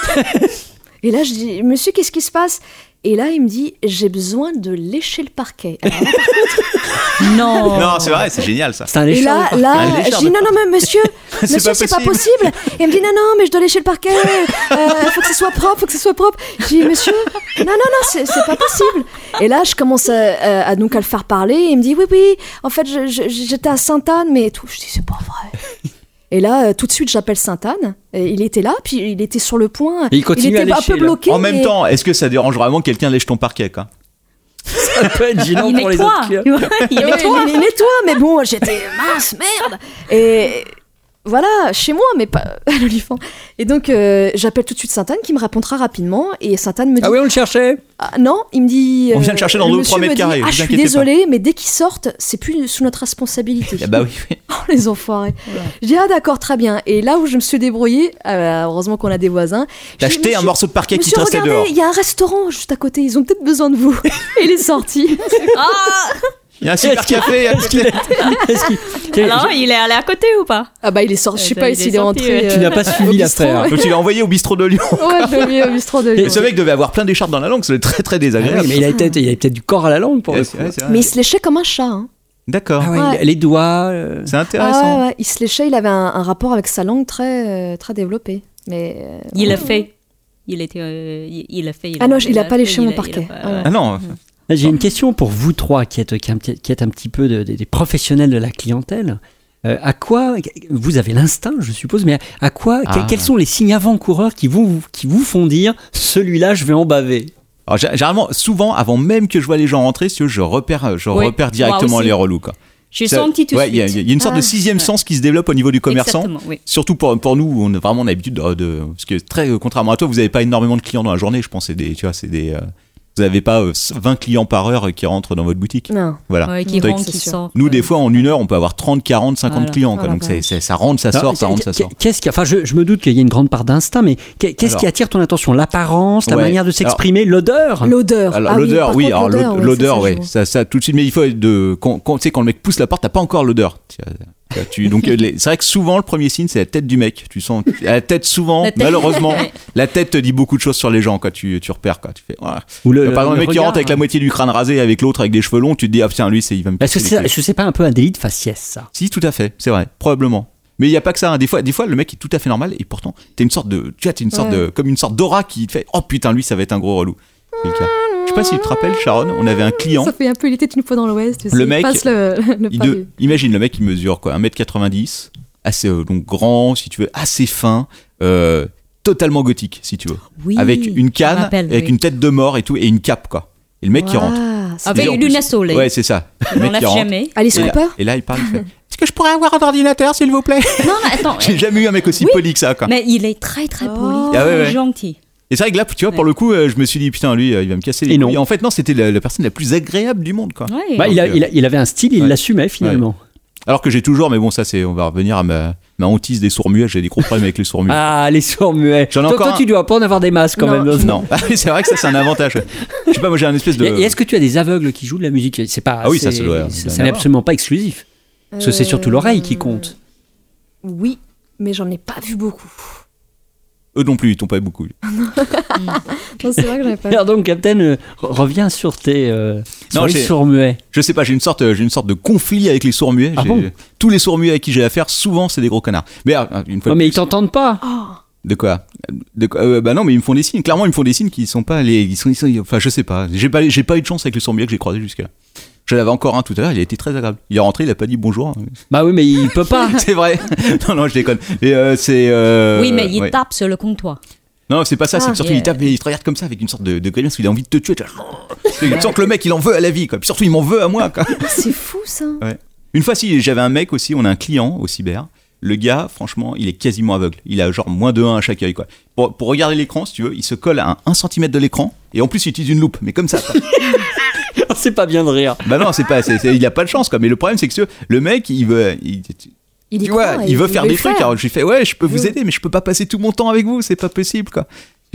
Et là, je dis, monsieur, qu'est-ce qui se passe? Et là, il me dit, j'ai besoin de lécher le parquet. Alors là, Non. Non, c'est vrai, c'est génial ça. C'est un et lécheur. là, de parquet. je dis, non, mais monsieur, C'est monsieur, pas c'est pas possible. Et il me dit, non, mais je dois lécher le parquet. Faut que ce soit propre. Je dis, monsieur, non, c'est pas possible. Et là, je commence à le faire parler. Et il me dit, oui, en fait, j'étais à Sainte-Anne, mais tout. Je dis, c'est pas vrai. Et là, tout de suite, j'appelle Sainte-Anne. Et il était là, puis il était sur le point. Et il continue à était un lécher, peu là. bloqué. En même mais- temps, est-ce que ça dérange vraiment que quelqu'un lèche ton parquet, quoi? Ça peut être gênant Il pour les nettoie. autres clients. Il Oui, nettoie. il nettoie, mais bon, j'étais mince, merde. Et voilà, chez moi, mais pas à l'Olifant. Et donc, j'appelle tout de suite Sainte-Anne qui me répondra rapidement. Et Sainte-Anne me dit, Ah oui, on le cherchait. ah, non, il me dit... On vient le chercher dans le 2 ou 3 monsieur mètres me dit, carrés, ah, vous je suis inquiétez pas. désolée, mais dès qu'ils sortent, c'est plus sous notre responsabilité. Ah bah oui. Oh, les enfoirés. Je dis, ah d'accord, très bien. Et là où je me suis débrouillée, heureusement qu'on a des voisins. T'as je dis, acheté un monsieur- morceau de parquet qui Monsieur, te restait regardez, dehors. il y a un restaurant juste à côté, ils ont peut-être besoin de vous. Et il est sorti. Il y a un cybercafé à Est-ce qu'il côté. Alors, il est allé à côté ou pas? Ah bah il est sorti, je sais pas Il est s'il est sorti, rentré. ouais. Tu n'as pas suivi au l'affaire. bistrot, Donc tu l'as envoyé au bistrot de Lyon. Ouais, je l'ai mis au bistrot de Et Lyon. Et ce mec devait avoir plein d'écharpes dans la langue, ça doit être très très Ah désagréable. oui, mais il avait peut-être du corps à la langue pour Ouais, le c'est coup. vrai, c'est vrai. Mais il se léchait comme un chat. Hein. D'accord. Ah ouais, Ouais. les doigts. C'est Ah intéressant. ouais, ouais, il se léchait, il avait un rapport avec sa langue très développé. Mais Il ouais. a fait. Il a fait. Ah non, il a pas léché mon parquet. Il a Ah pas- ouais. Ah non, Là, j'ai une question pour vous trois qui êtes un petit peu des professionnels de la clientèle. À quoi vous avez l'instinct, je suppose, mais à quoi quels sont les signes avant-coureurs qui vous font dire celui-là, je vais en baver? alors, généralement, souvent, avant même que je vois les gens rentrer, si tu veux, je repère Oui, directement moi aussi. les relous. Quoi. J'ai Ça- senti tout de ouais, suite. il y a une sorte de sixième sens qui se développe au niveau du commerçant. Exactement, oui. Surtout pour nous, on a vraiment l'habitude parce que contrairement à toi, vous n'avez pas énormément de clients dans la journée. Je pense vous n'avez pas 20 clients par heure qui rentrent dans votre boutique. Non. Voilà. Ouais, qui Toi, rentrent, c'est qui sûr. sortent. Nous, des fois, en une heure, on peut avoir 30, 40, 50 Voilà. clients. Quoi. Oh la Donc vache. ça rentre, ça sort, ça rentre, ça sort. Qu'est-ce qui, enfin, je me doute qu'il y a une grande part d'instinct, mais qu'est-ce Alors. qui attire ton attention? L'apparence, la Ouais. manière de s'exprimer, l'odeur? L'odeur. Alors Ah l'odeur, oui, oui, par alors contre, l'odeur, ça ouais, joue. ça tout de suite. Mais il faut quand tu sais, quand le mec pousse la porte, t'as pas encore l'odeur. Donc c'est vrai que souvent le premier signe c'est la tête du mec. Tu sens la tête souvent, La tête. malheureusement, Ouais. la tête te dit beaucoup de choses sur les gens. Quoi. Tu repères quoi. Tu fais. Voilà. Ou Par exemple, le mec qui regard, rentre avec la moitié du crâne rasé, avec l'autre avec des cheveux longs, tu te dis ah tiens lui il va me. Est-ce que casser les c'est, couilles. c'est pas un peu un délit de faciès, ça? Si, tout à fait, c'est vrai, probablement. Mais il y a pas que ça. Hein. Des fois le mec est tout à fait normal et pourtant t'as une sorte de, comme une sorte d'aura qui te fait oh putain lui ça va être un gros relou. C'est le cas. Je sais pas si tu te rappelles, Sharon, on avait un client. Ça fait un peu, il était une fois dans l'Ouest. tu sais, Le il mec, passe le pavé. Imagine le mec il mesure quoi, 1m90, assez donc grand si tu veux, assez fin, totalement gothique si tu veux, Oui, avec une je canne, me rappelle, avec oui. une tête de mort et tout et une cape quoi. Et le mec qui rentre. Avec Et en une plus- lunettes soleil. Ouais c'est ça. On Le mec n'enlève qui rentre. jamais. Alice Et là, Cooper. et là il parle, il fait est-ce que je pourrais avoir un ordinateur s'il vous plaît? Non, attends. J'ai jamais eu un mec aussi poli que ça quoi. Mais il est très très poli, Oh. Ah ouais, très ouais. gentil. Et c'est vrai que là, tu vois, pour le coup, je me suis dit, putain, lui, il va me casser les Et non. couilles. Et en fait, non, c'était la personne la plus agréable du monde, quoi. Ouais. Bah, il avait un style, il Ouais. l'assumait finalement. Alors que j'ai toujours, mais bon, ça, on va revenir à ma hantise des sourds-muets. J'ai des gros problèmes avec les sourds-muets. Ah, les sourds-muets. J'en ai Toi, encore toi, un. tu dois pas en avoir des masses quand Non. même. Non, Ah oui, c'est vrai que ça, c'est un avantage. Je sais pas, moi, j'ai un espèce de. Et est-ce que tu as des aveugles qui jouent de la musique? C'est pas. Ah oui, ça doit ça y n'est avoir. absolument pas exclusif. Parce que c'est surtout l'oreille qui compte. Oui, mais j'en ai pas vu beaucoup. Eux non plus, ils t'ont pas beaucoup. Non, c'est vrai que j'en ai pas vu. Alors donc, Captain, reviens sur Non, les j'ai- sourds-muets. Je sais pas, j'ai une sorte de conflit avec les sourds-muets. Ah bon Tous les sourds-muets avec qui j'ai affaire, souvent, c'est des gros connards. Mais une fois. Non, mais ils t'entendent pas. De quoi Bah non, mais ils me font des signes. Clairement, ils me font des signes qui sont pas les. Enfin, je sais pas. J'ai pas eu de chance avec les sourds-muets que j'ai croisés jusque-là. J'en avais encore un tout à l'heure, il a été très agréable. Il est rentré, il a pas dit bonjour. Bah oui, mais il peut pas. C'est vrai. Non, je déconne. Mais c'est. Oui, mais il ouais. tape sur le comptoir. Non, c'est pas ça, c'est que surtout et il tape et il te regarde comme ça avec une sorte de grimace où il a envie de te tuer. Tu sens que le mec il en veut à la vie, quoi. Puis surtout il m'en veut à moi, quoi. C'est fou ça. Une fois, si j'avais un mec aussi, on a un client au cyber. Le gars, franchement, il est quasiment aveugle. Il a genre moins de 1 à chaque œil, quoi. Pour regarder l'écran, si tu veux, il se colle à 1 cm de l'écran et en plus il utilise une loupe, mais comme ça. Quoi. C'est pas bien de rire. Bah non, il a pas de chance, quoi. Mais le problème, c'est que le mec, il veut. Il y Tu vois, croit, il veut faire veut des le trucs. faire. Alors je lui fais ouais, je peux vous Oui. aider, mais je peux pas passer tout mon temps avec vous, c'est pas possible, quoi. Tu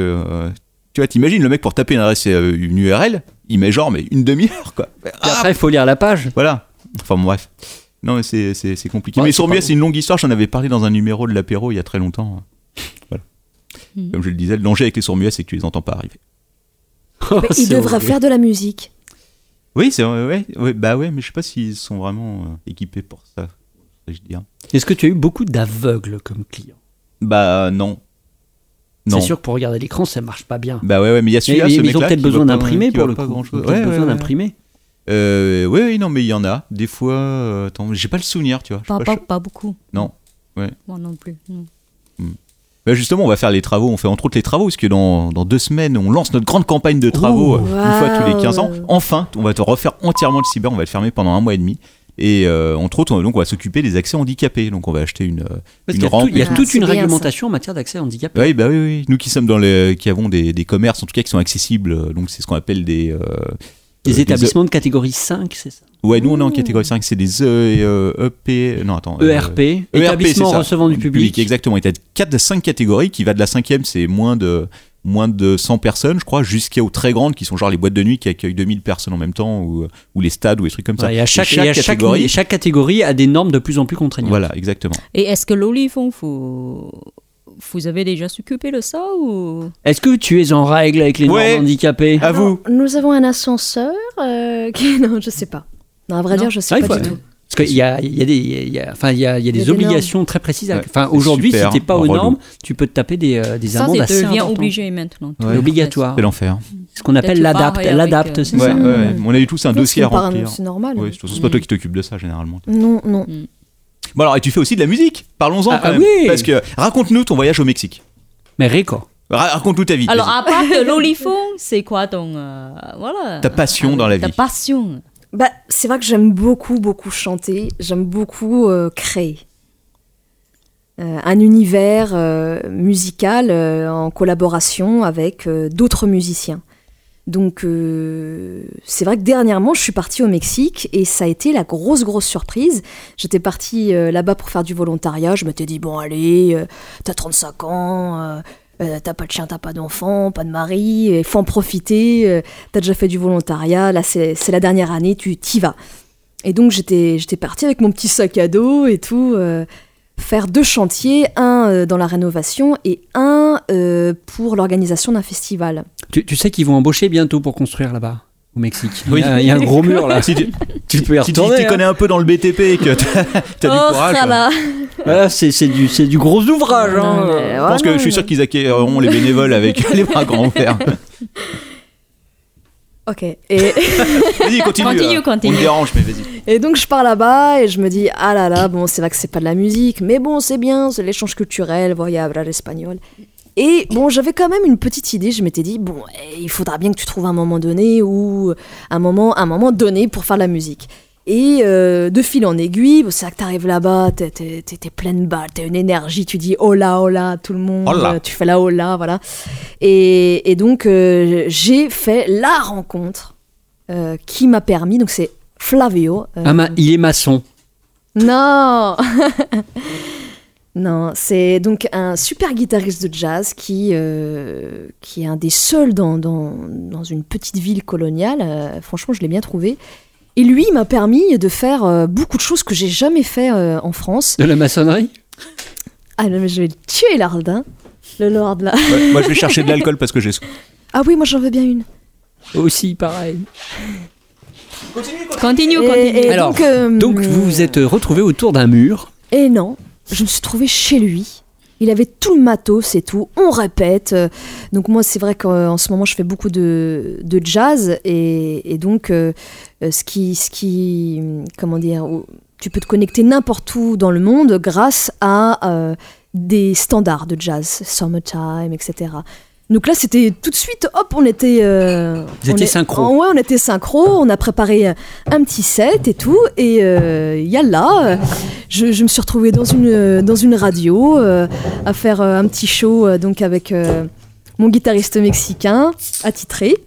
vois, t'imagines le mec pour taper une adresse, une URL, il met genre mais une demi-heure, quoi. Et après, il faut lire la page. Voilà. Enfin bon, bref. Non, mais c'est compliqué. Ouais, mais c'est sourds-muets, pas c'est une longue histoire. J'en avais parlé dans un numéro de l'apéro il y a très longtemps. Voilà. Comme je le disais, le danger avec les sourds-muets, c'est que tu les entends pas arriver. Mais il devrait faire de la musique. Oui, c'est vrai. Ouais, bah ouais, mais je sais pas s'ils sont vraiment équipés pour ça. Je dire. Est-ce que tu as eu beaucoup d'aveugles comme clients? Bah non. Non. C'est sûr que pour regarder l'écran, ça marche pas bien. Bah ouais, mais il y a celui-là, Mais ce ils ont mec-là, peut-être qui besoin va pas- d'imprimer qui pour va le pas coup. grand-chose. Ils ont peut-être Ouais, besoin ouais. d'imprimer. Oui, non, mais il y en a. Des fois, attends, j'ai pas le souvenir, tu vois. Je sais pas, Pas beaucoup. Non. Ouais. Moi non plus. Non. Bah justement, on va faire les travaux. On fait entre autres les travaux, parce que dans 2 semaines, on lance notre grande campagne de travaux Ouh, une fois tous les 15 ans. waouh. Enfin, on va te refaire entièrement le cyber. On va le fermer pendant 1 mois et demi. Et entre autres, donc, on va s'occuper des accès handicapés. Donc, on va acheter une Parce qu'il y a rampe. il y a Ah, toute c'est une bien, ça. réglementation en matière d'accès handicapé. Oui, bah oui. Nous qui sommes qui avons des commerces, en tout cas, qui sont accessibles. Donc, c'est ce qu'on appelle des Établissements de catégorie 5, c'est ça? Ouais, nous on est en catégorie 5, c'est des EP. Non, attends. ERP, établissement c'est ça. recevant du public. Exactement. Il y a 4 à 5 catégories qui va de la 5e, c'est moins de moins de 100 personnes, je crois, jusqu'aux très grandes qui sont genre les boîtes de nuit qui accueillent 2000 personnes en même temps ou les stades ou des trucs comme ça. Ouais, et chaque catégorie a des normes de plus en plus contraignantes. Voilà, exactement. Et est-ce que l'Olifant, vous avez déjà s'occupé de ça ou... Est-ce que tu es en règle avec les normes handicapés? À vous. Nous avons un ascenseur qui... Non, je sais pas. Non, à vrai dire, je sais pas du tout. Parce qu'il y a des obligations très précises. Enfin, aujourd'hui, si t'es pas aux normes, tu peux te taper des amendes assez importantes. Ça devient obligé maintenant. C'est obligatoire. C'est l'enfer. Ce qu'on appelle l'adapt, c'est ça. On a eu tous un dossier à remplir. C'est normal. Oui, c'est pas toi qui t'occupes de ça généralement. Non. Bon alors, et tu fais aussi de la musique. Parlons-en quand même. Oui. Parce que raconte-nous ton voyage au Mexique. Mais Rico. Raconte-nous ta vie. Alors, vas-y. à part de l'Olifant, c'est quoi ton... Ta passion dans la vie. Ta passion. Bah, c'est vrai que j'aime beaucoup chanter, j'aime beaucoup créer. Un univers musical en collaboration avec d'autres musiciens. Donc c'est vrai que dernièrement je suis partie au Mexique et ça a été la grosse surprise. J'étais partie là-bas pour faire du volontariat, je m'étais dit bon allez, t'as 35 ans... t'as pas de chien, t'as pas d'enfant, pas de mari, il faut en profiter, t'as déjà fait du volontariat, là c'est la dernière année, tu t'y vas. Et donc j'étais partie avec mon petit sac à dos et tout, faire 2 chantiers, un dans la rénovation et un pour l'organisation d'un festival. Tu sais qu'ils vont embaucher bientôt pour construire là-bas au Mexique. Oui. Il y a un gros mur là. Tu peux y retourner. Si tu connais un peu dans le BTP et que t'as du courage. Voilà, c'est du gros ouvrage. Je pense que je suis sûr qu'ils accueilleront les bénévoles avec les bras grands ouverts. Ok. Et vas-y, continue. On me dérange, mais vas-y. Et donc je pars là-bas et je me dis ah là là, bon c'est vrai que c'est pas de la musique, mais bon c'est bien, c'est l'échange culturel, voy a hablar espagnol. Et bon, j'avais quand même une petite idée, je m'étais dit, bon, il faudra bien que tu trouves un moment donné ou un moment donné pour faire de la musique. Et de fil en aiguille, c'est vrai que t'arrives là-bas, t'es pleine balle, t'as une énergie, tu dis hola, tout le monde, tu fais la hola, voilà. Et donc, j'ai fait la rencontre qui m'a permis, donc c'est Flavio. Il est maçon. Non. Non, c'est donc un super guitariste de jazz qui est un des seuls dans une petite ville coloniale. Franchement, je l'ai bien trouvé. Et lui, il m'a permis de faire beaucoup de choses que j'ai jamais fait en France. De la maçonnerie ? Ah non, mais je vais le tuer, Lord, hein. Le Lord, là. Ouais, moi, je vais chercher de l'alcool parce que j'ai soif. Ah oui, moi, j'en veux bien une. Aussi, pareil. Continue. Et alors, donc vous vous êtes retrouvés autour d'un mur. Et non, je me suis trouvée chez lui. Il avait tout le matos et tout, on répète. Donc moi, c'est vrai qu'en ce moment, je fais beaucoup de jazz. Et donc, ce qui, comment dire, tu peux te connecter n'importe où dans le monde grâce à des standards de jazz, Summertime, etc. Donc là, c'était tout de suite, hop, on était... Vous étiez synchro. Ouais, on était synchro, on a préparé un petit set et tout, et yallah, je me suis retrouvée dans une radio à faire un petit show donc avec mon guitariste mexicain attitré,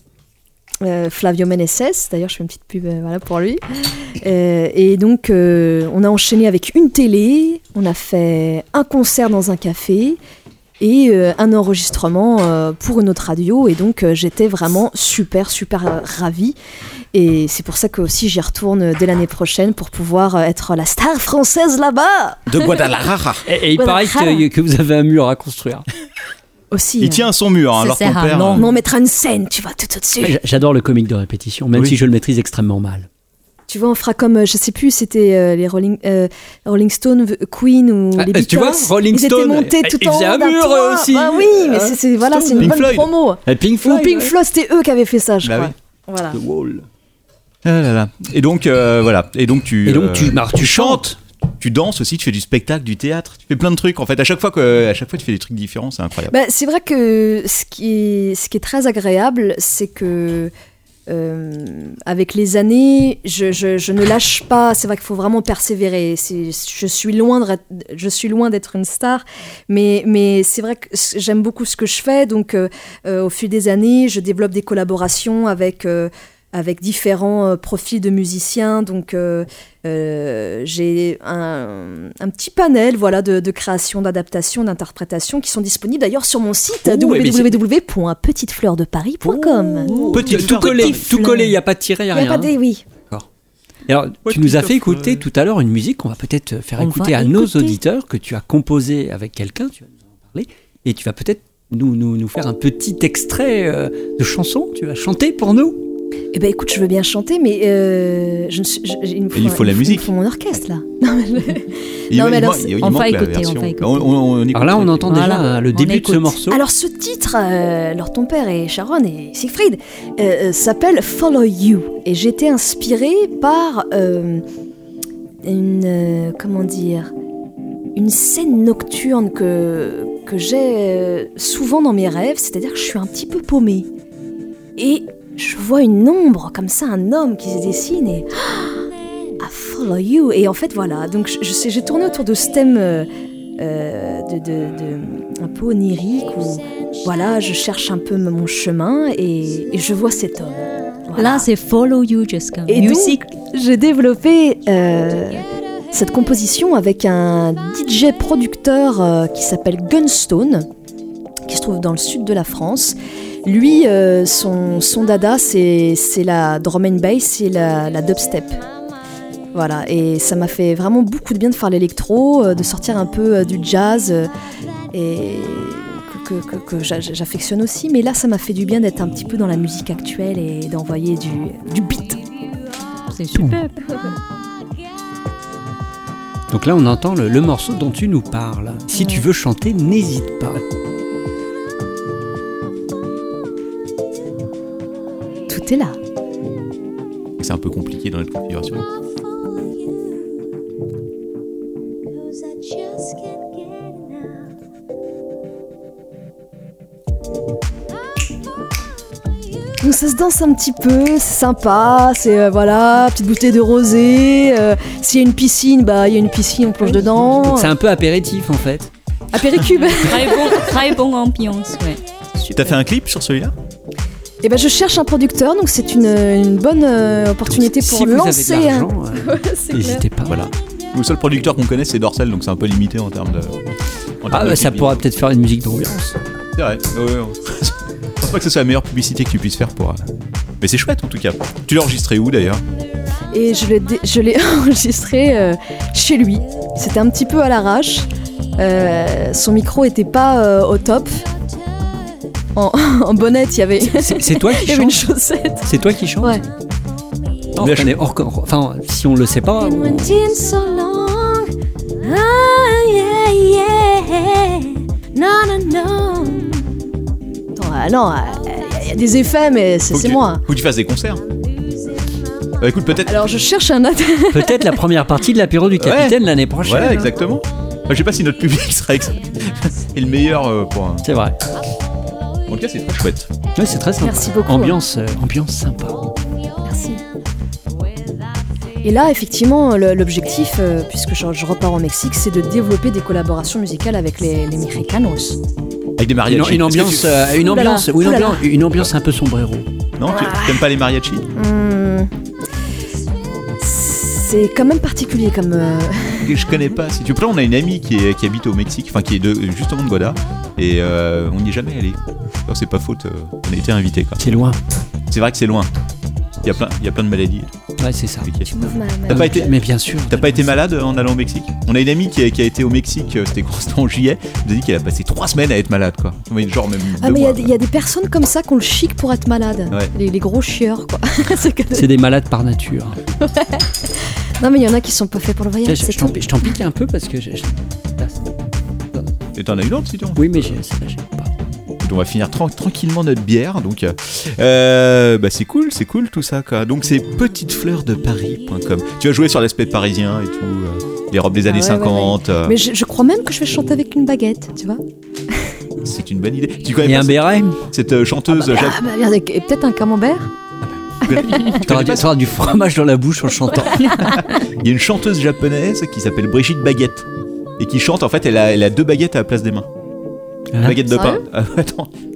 Flavio Meneses, d'ailleurs je fais une petite pub voilà, pour lui. Et donc on a enchaîné avec une télé, on a fait un concert dans un café, et un enregistrement pour une autre radio, et donc j'étais vraiment super ravie, et c'est pour ça que aussi j'y retourne dès l'année prochaine pour pouvoir être la star française là-bas de Guadalajara. Et il paraît que vous avez un mur à construire aussi. Il tient son mur, hein, alors ton père... on mettra une scène, tu vois, tout au-dessus. J'adore le comique de répétition, même si je le maîtrise extrêmement mal. Tu vois, on fera comme, je sais plus, c'était les Rolling Stones, Queen ou les Beatles. Tu vois, Rolling Stones, ils étaient montés tout en haut un d'un mur toit. aussi. Bah oui, mais c'est voilà, c'est une Pink bonne Floyd. promo. Pink Floyd. Ou Pink Floyd, c'était eux qui avaient fait ça, je crois. Oui. Voilà. The Wall. Ah là là. Et donc, voilà. Et donc, tu chantes. Tu danses aussi, tu fais du spectacle, du théâtre, tu fais plein de trucs. En fait, à chaque fois tu fais des trucs différents, c'est incroyable. Bah, c'est vrai que ce qui est très agréable, c'est que avec les années, je ne lâche pas. C'est vrai qu'il faut vraiment persévérer. Je suis loin d'être une star, mais c'est vrai que j'aime beaucoup ce que je fais. Donc, au fil des années, je développe des collaborations avec avec différents profils de musiciens. Donc, j'ai un petit panel de création, d'adaptation, d'interprétation qui sont disponibles d'ailleurs sur mon site www.petitefleurdeparis.com. Tout collé, il n'y a pas de tiret, il n'y a rien. Il n'y a pas de... Oui. Alors, tu nous as fait écouter tout à l'heure une musique qu'on va peut-être faire écouter à nos auditeurs, que tu as composée avec quelqu'un, tu vas nous en parler, et tu vas peut-être nous faire un petit extrait de chanson, tu vas chanter pour nous. Eh ben écoute, je veux bien chanter, mais il faut la musique. Il faut mon orchestre, là. Il manque la écouter, version. on va écouter. Alors là, on entend déjà le début de ce morceau. Alors ce titre, alors ton père et Sharon et Siegfried, s'appelle Follow You. Et j'ai été inspirée par une scène nocturne que j'ai souvent dans mes rêves, c'est-à-dire que je suis un petit peu paumée. Et je vois une ombre, comme ça, un homme qui se dessine et... I follow you. Et en fait, voilà. Donc, j'ai tourné autour de ce thème un peu onirique où, voilà, je cherche un peu mon chemin et je vois cet homme. Voilà. Là, c'est Follow You, Jessica. Et Music. donc, j'ai développé cette composition avec un DJ producteur qui s'appelle Gunstone, qui se trouve dans le sud de la France. Lui, son dada, c'est la drum and bass et la dubstep. Voilà, et ça m'a fait vraiment beaucoup de bien de faire l'électro, de sortir un peu du jazz, et que j'affectionne aussi. Mais là, ça m'a fait du bien d'être un petit peu dans la musique actuelle et d'envoyer du beat. C'est super. Donc là, on entend le morceau dont tu nous parles. Si tu veux chanter, n'hésite pas. Tout est là. C'est un peu compliqué dans notre configuration. Donc ça se danse un petit peu, c'est sympa, c'est voilà, petite bouteille de rosé, s'il y a une piscine, bah il y a une piscine, on plonge dedans. Donc c'est un peu apéritif en fait. Apéricube. Très bon ambiance, ouais. T'as fait un clip sur celui-là ? Et ben je cherche un producteur, donc c'est une bonne opportunité pour si lancer. Vous avez de l'argent, clair. n'hésitez pas. Voilà. Le seul producteur qu'on connaît, c'est Dorsel, donc c'est un peu limité en termes de. Ça pourra peut-être faire une musique d'ambiance. C'est vrai. Je pense pas que ce soit la meilleure publicité que tu puisses faire pour. Mais c'est chouette en tout cas. Tu l'as enregistré où d'ailleurs ? Et je l'ai enregistré chez lui. C'était un petit peu à l'arrache. Son micro était pas au top. En bonnette, il y avait. C'est toi qui il y avait une chante. chaussette. C'est toi qui chante. Ouais. Enfin, si on le sait pas. Non, il y a des effets, mais c'est moi. Faut que tu fasses des concerts. Écoute, peut-être. Alors, je cherche un Peut-être la première partie de l'apéro du capitaine l'année prochaine. Voilà, exactement. Je sais pas si notre public sera est le meilleur pour un. C'est vrai. En tout cas, c'est très chouette. Ouais, c'est très sympa. Merci beaucoup. Ambiance sympa. Merci. Et là, effectivement, l'objectif, puisque je repars au Mexique, c'est de développer des collaborations musicales avec les Mexicanos. Avec des mariachis. Une ambiance un peu sombrero. Non, tu n'aimes pas les mariachis ? C'est quand même particulier comme. Je connais pas. Si tu veux, on a une amie qui habite au Mexique, enfin qui est justement de Guada, et on n'y est jamais allé. Alors, c'est pas faute, on a été invités quoi. C'est loin. C'est vrai que c'est loin. Il y a plein de maladies. Ouais, c'est ça. Tu m'ouvres ma T'as pas été. Mais bien sûr. T'as pas été malade en allant au Mexique ? On a une amie qui a été au Mexique, c'était en juillet. Elle nous a dit qu'elle a passé 3 semaines à être malade quoi. Oui, genre même. Mais il y a des personnes comme ça qui ont le chic pour être malades. Ouais. Les gros chieurs quoi. C'est des malades par nature. Non mais il y en a qui sont pas faits pour le voyage. Je t'en pique un peu parce que Et t'en as une autre si tu veux ? Oui, mais celle-là, j'ai pas. On va finir tranquillement notre bière, donc c'est cool tout ça quoi. Donc c'est petitefleurdeparis.com. Tu vas jouer sur l'aspect parisien et tout, les robes des années 50. Ouais. Mais je crois même que je vais chanter avec une baguette, tu vois. C'est une bonne idée. Tu connais Et un béret. Cette chanteuse et peut-être un camembert. T'auras du fromage dans la bouche en chantant. Il y a une chanteuse japonaise qui s'appelle Brigitte Baguette et qui chante en fait. Elle a 2 baguettes à la place des mains. Baguette de pain. Attends.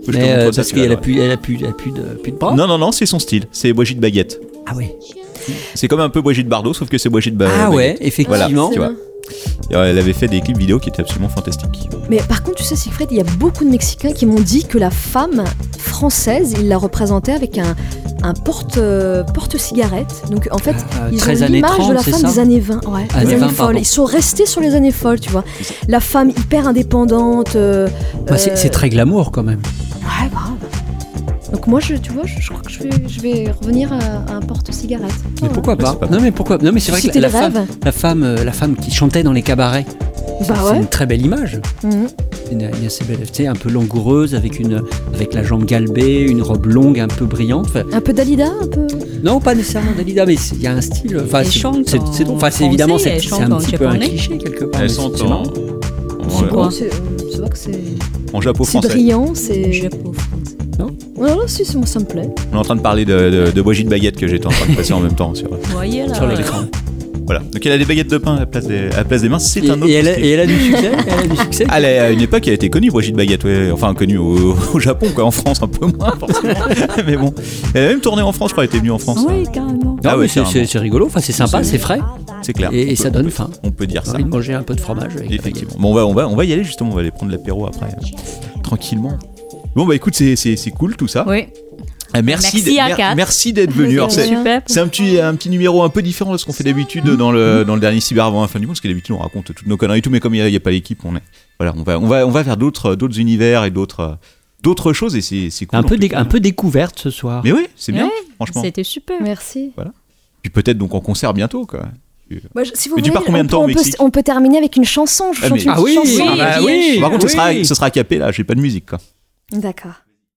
Je te Mais montre ça, parce tu vas qu'elle a adorer. plus de bras. Non, c'est son style. C'est Brigitte Baguette. Ah oui. C'est comme un peu Brigitte Bardot, sauf que c'est Brigitte Ah Baguette. ouais, effectivement. Voilà, tu vois. Et elle avait fait des clips vidéo qui étaient absolument fantastiques. Mais par contre, tu sais, Siegfried, il y a beaucoup de Mexicains qui m'ont dit que la femme française, ils la représentaient avec un porte-cigarette. Donc en fait, ils très ont années l'image 30, de la c'est femme ça des années 20. Ouais, Années des 20, années folles. pardon. Ils sont restés sur les années folles, tu vois. La femme hyper indépendante. C'est très glamour quand même. Ouais, grave. Donc moi, je crois que je vais revenir à un porte-cigarette. Mais pourquoi Ouais, pas c'est pas Non mais pourquoi Non mais c'est vrai que C'était la le femme qui chantait dans les cabarets. Bah C'est ouais. une très belle image. Mhm. Une assez belle, tu sais, un peu langoureuse avec la jambe galbée, une robe longue un peu brillante. Enfin, Un peu Dalida, un peu. non, pas nécessairement Dalida, mais il y a un style. Enfin, Elle chante en évidemment, français, c'est elle chante un en petit peu un japonais. cliché quelque part. Elles mais sont c'est marrant. C'est quoi C'est vrai que c'est en japon c'est français. brillant, c'est. Je pauvre français. Ouais, là, si, moi, ça me plaît. On est en train de parler de Brigitte Baguette que j'étais en train de passer en même temps sur Vous voyez là. Sur l'écran. Voilà. Donc elle a des baguettes de pain à la place des mains. C'est Et, un autre. et elle style. a du succès. Elle a du succès. À une époque, elle a été connue, Brigitte Baguette, ouais. Enfin connue au Japon, quoi. En France, un peu moins, forcément. Mais bon, elle a même tourné en France, je crois. Elle était venue en France. Oui, carrément. Ah ouais, oui, c'est carrément. c'est rigolo. Enfin, c'est sympa, c'est frais. C'est clair. Et ça donne faim. On peut dire J'ai ça. envie de manger un peu de fromage avec. Effectivement. Bon, on va y aller justement. On va aller prendre l'apéro après, tranquillement. Bon bah écoute, c'est cool tout ça. Oui. Merci à Kat. merci d'être venu. Alors, C'est c'est Super. c'est un petit numéro un peu différent de ce qu'on fait d'habitude dans le dernier Cyber avant la fin du monde, parce que d'habitude on raconte toutes nos conneries et tout, mais comme il y a pas l'équipe, on va vers d'autres univers et d'autres choses, et c'est cool. Un peu découverte ce soir. Mais oui, c'est bien, Ouais, franchement. C'était super. Merci. Puis peut-être donc en concert bientôt, quoi. Si vous Mais tu voulez, pars combien de temps au Mexique on peut terminer avec une chanson. Je vous Ah, chante mais- une Ah oui, chanson. ah bah oui. Par contre, oui. ce sera capé là, j'ai pas de musique, quoi. D'accord.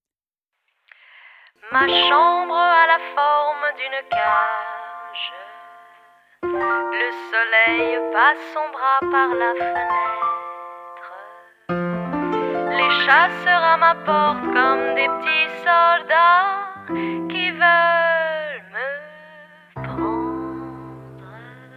Ma chambre a la forme d'une cage. Le soleil passe son bras par la fenêtre. Les chasseurs à ma porte comme des petits soldats qui veulent me prendre.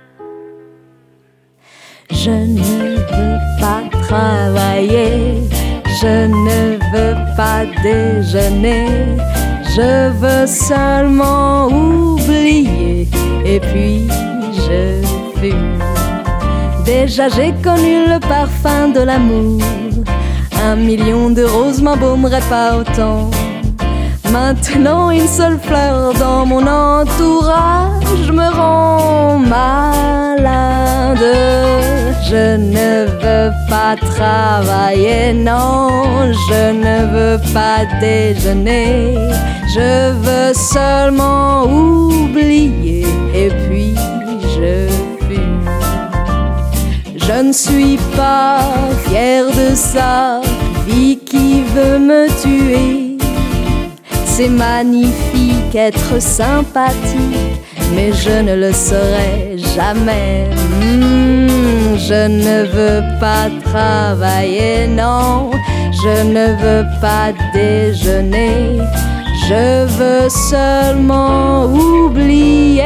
Je ne veux pas travailler, je ne veux pas déjeuner, je veux seulement oublier et puis je fume. Déjà j'ai connu le parfum de l'amour, 1 million de roses m'embaumeraient pas autant. Maintenant une seule fleur dans mon entourage me rend malade. Je ne veux pas travailler, non, je ne veux pas déjeuner. Je veux seulement oublier et puis je fume. Je ne suis pas fière de ça, vie qui veut me tuer. C'est magnifique être sympathique, mais je ne le serai jamais. Je ne veux pas travailler, non, je ne veux pas déjeuner. Je veux seulement oublier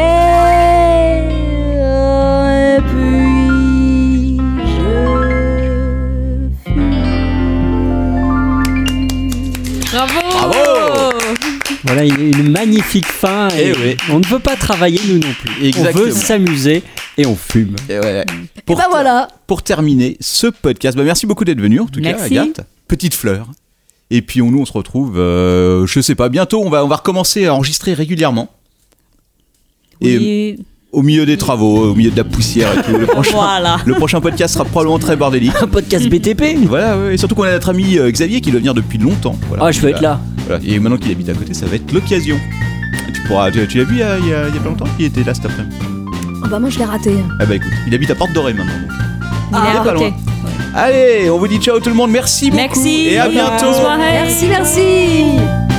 et puis je fume. Bravo. Voilà une magnifique fin. Et Eh oui. on ne veut pas travailler nous non plus. Exactement. On veut s'amuser et on fume. Et ouais. Et bah voilà. Pour terminer ce podcast, merci beaucoup d'être venu en tout Merci. cas, Agathe. Petite fleur. Et puis nous on se retrouve, je sais pas, bientôt on va recommencer à enregistrer régulièrement. Et Oui. au milieu des travaux, au milieu de la poussière et tout. Voilà. Le prochain podcast sera probablement très bordélique. Un podcast BTP. Voilà, ouais, et surtout qu'on a notre ami Xavier qui doit venir depuis longtemps. Voilà. Ah, je vais être là. Voilà. Et maintenant qu'il habite à côté, ça va être l'occasion. Tu l'as vu il y a pas longtemps? Il était là cet après-midi. Oh bah moi je l'ai raté. Ah bah écoute, il habite à Porte Dorée maintenant. Donc. Il est il est à pas côté. loin. Allez, on vous dit ciao tout le monde, merci beaucoup Merci. et à bientôt. Bonne soirée. Merci.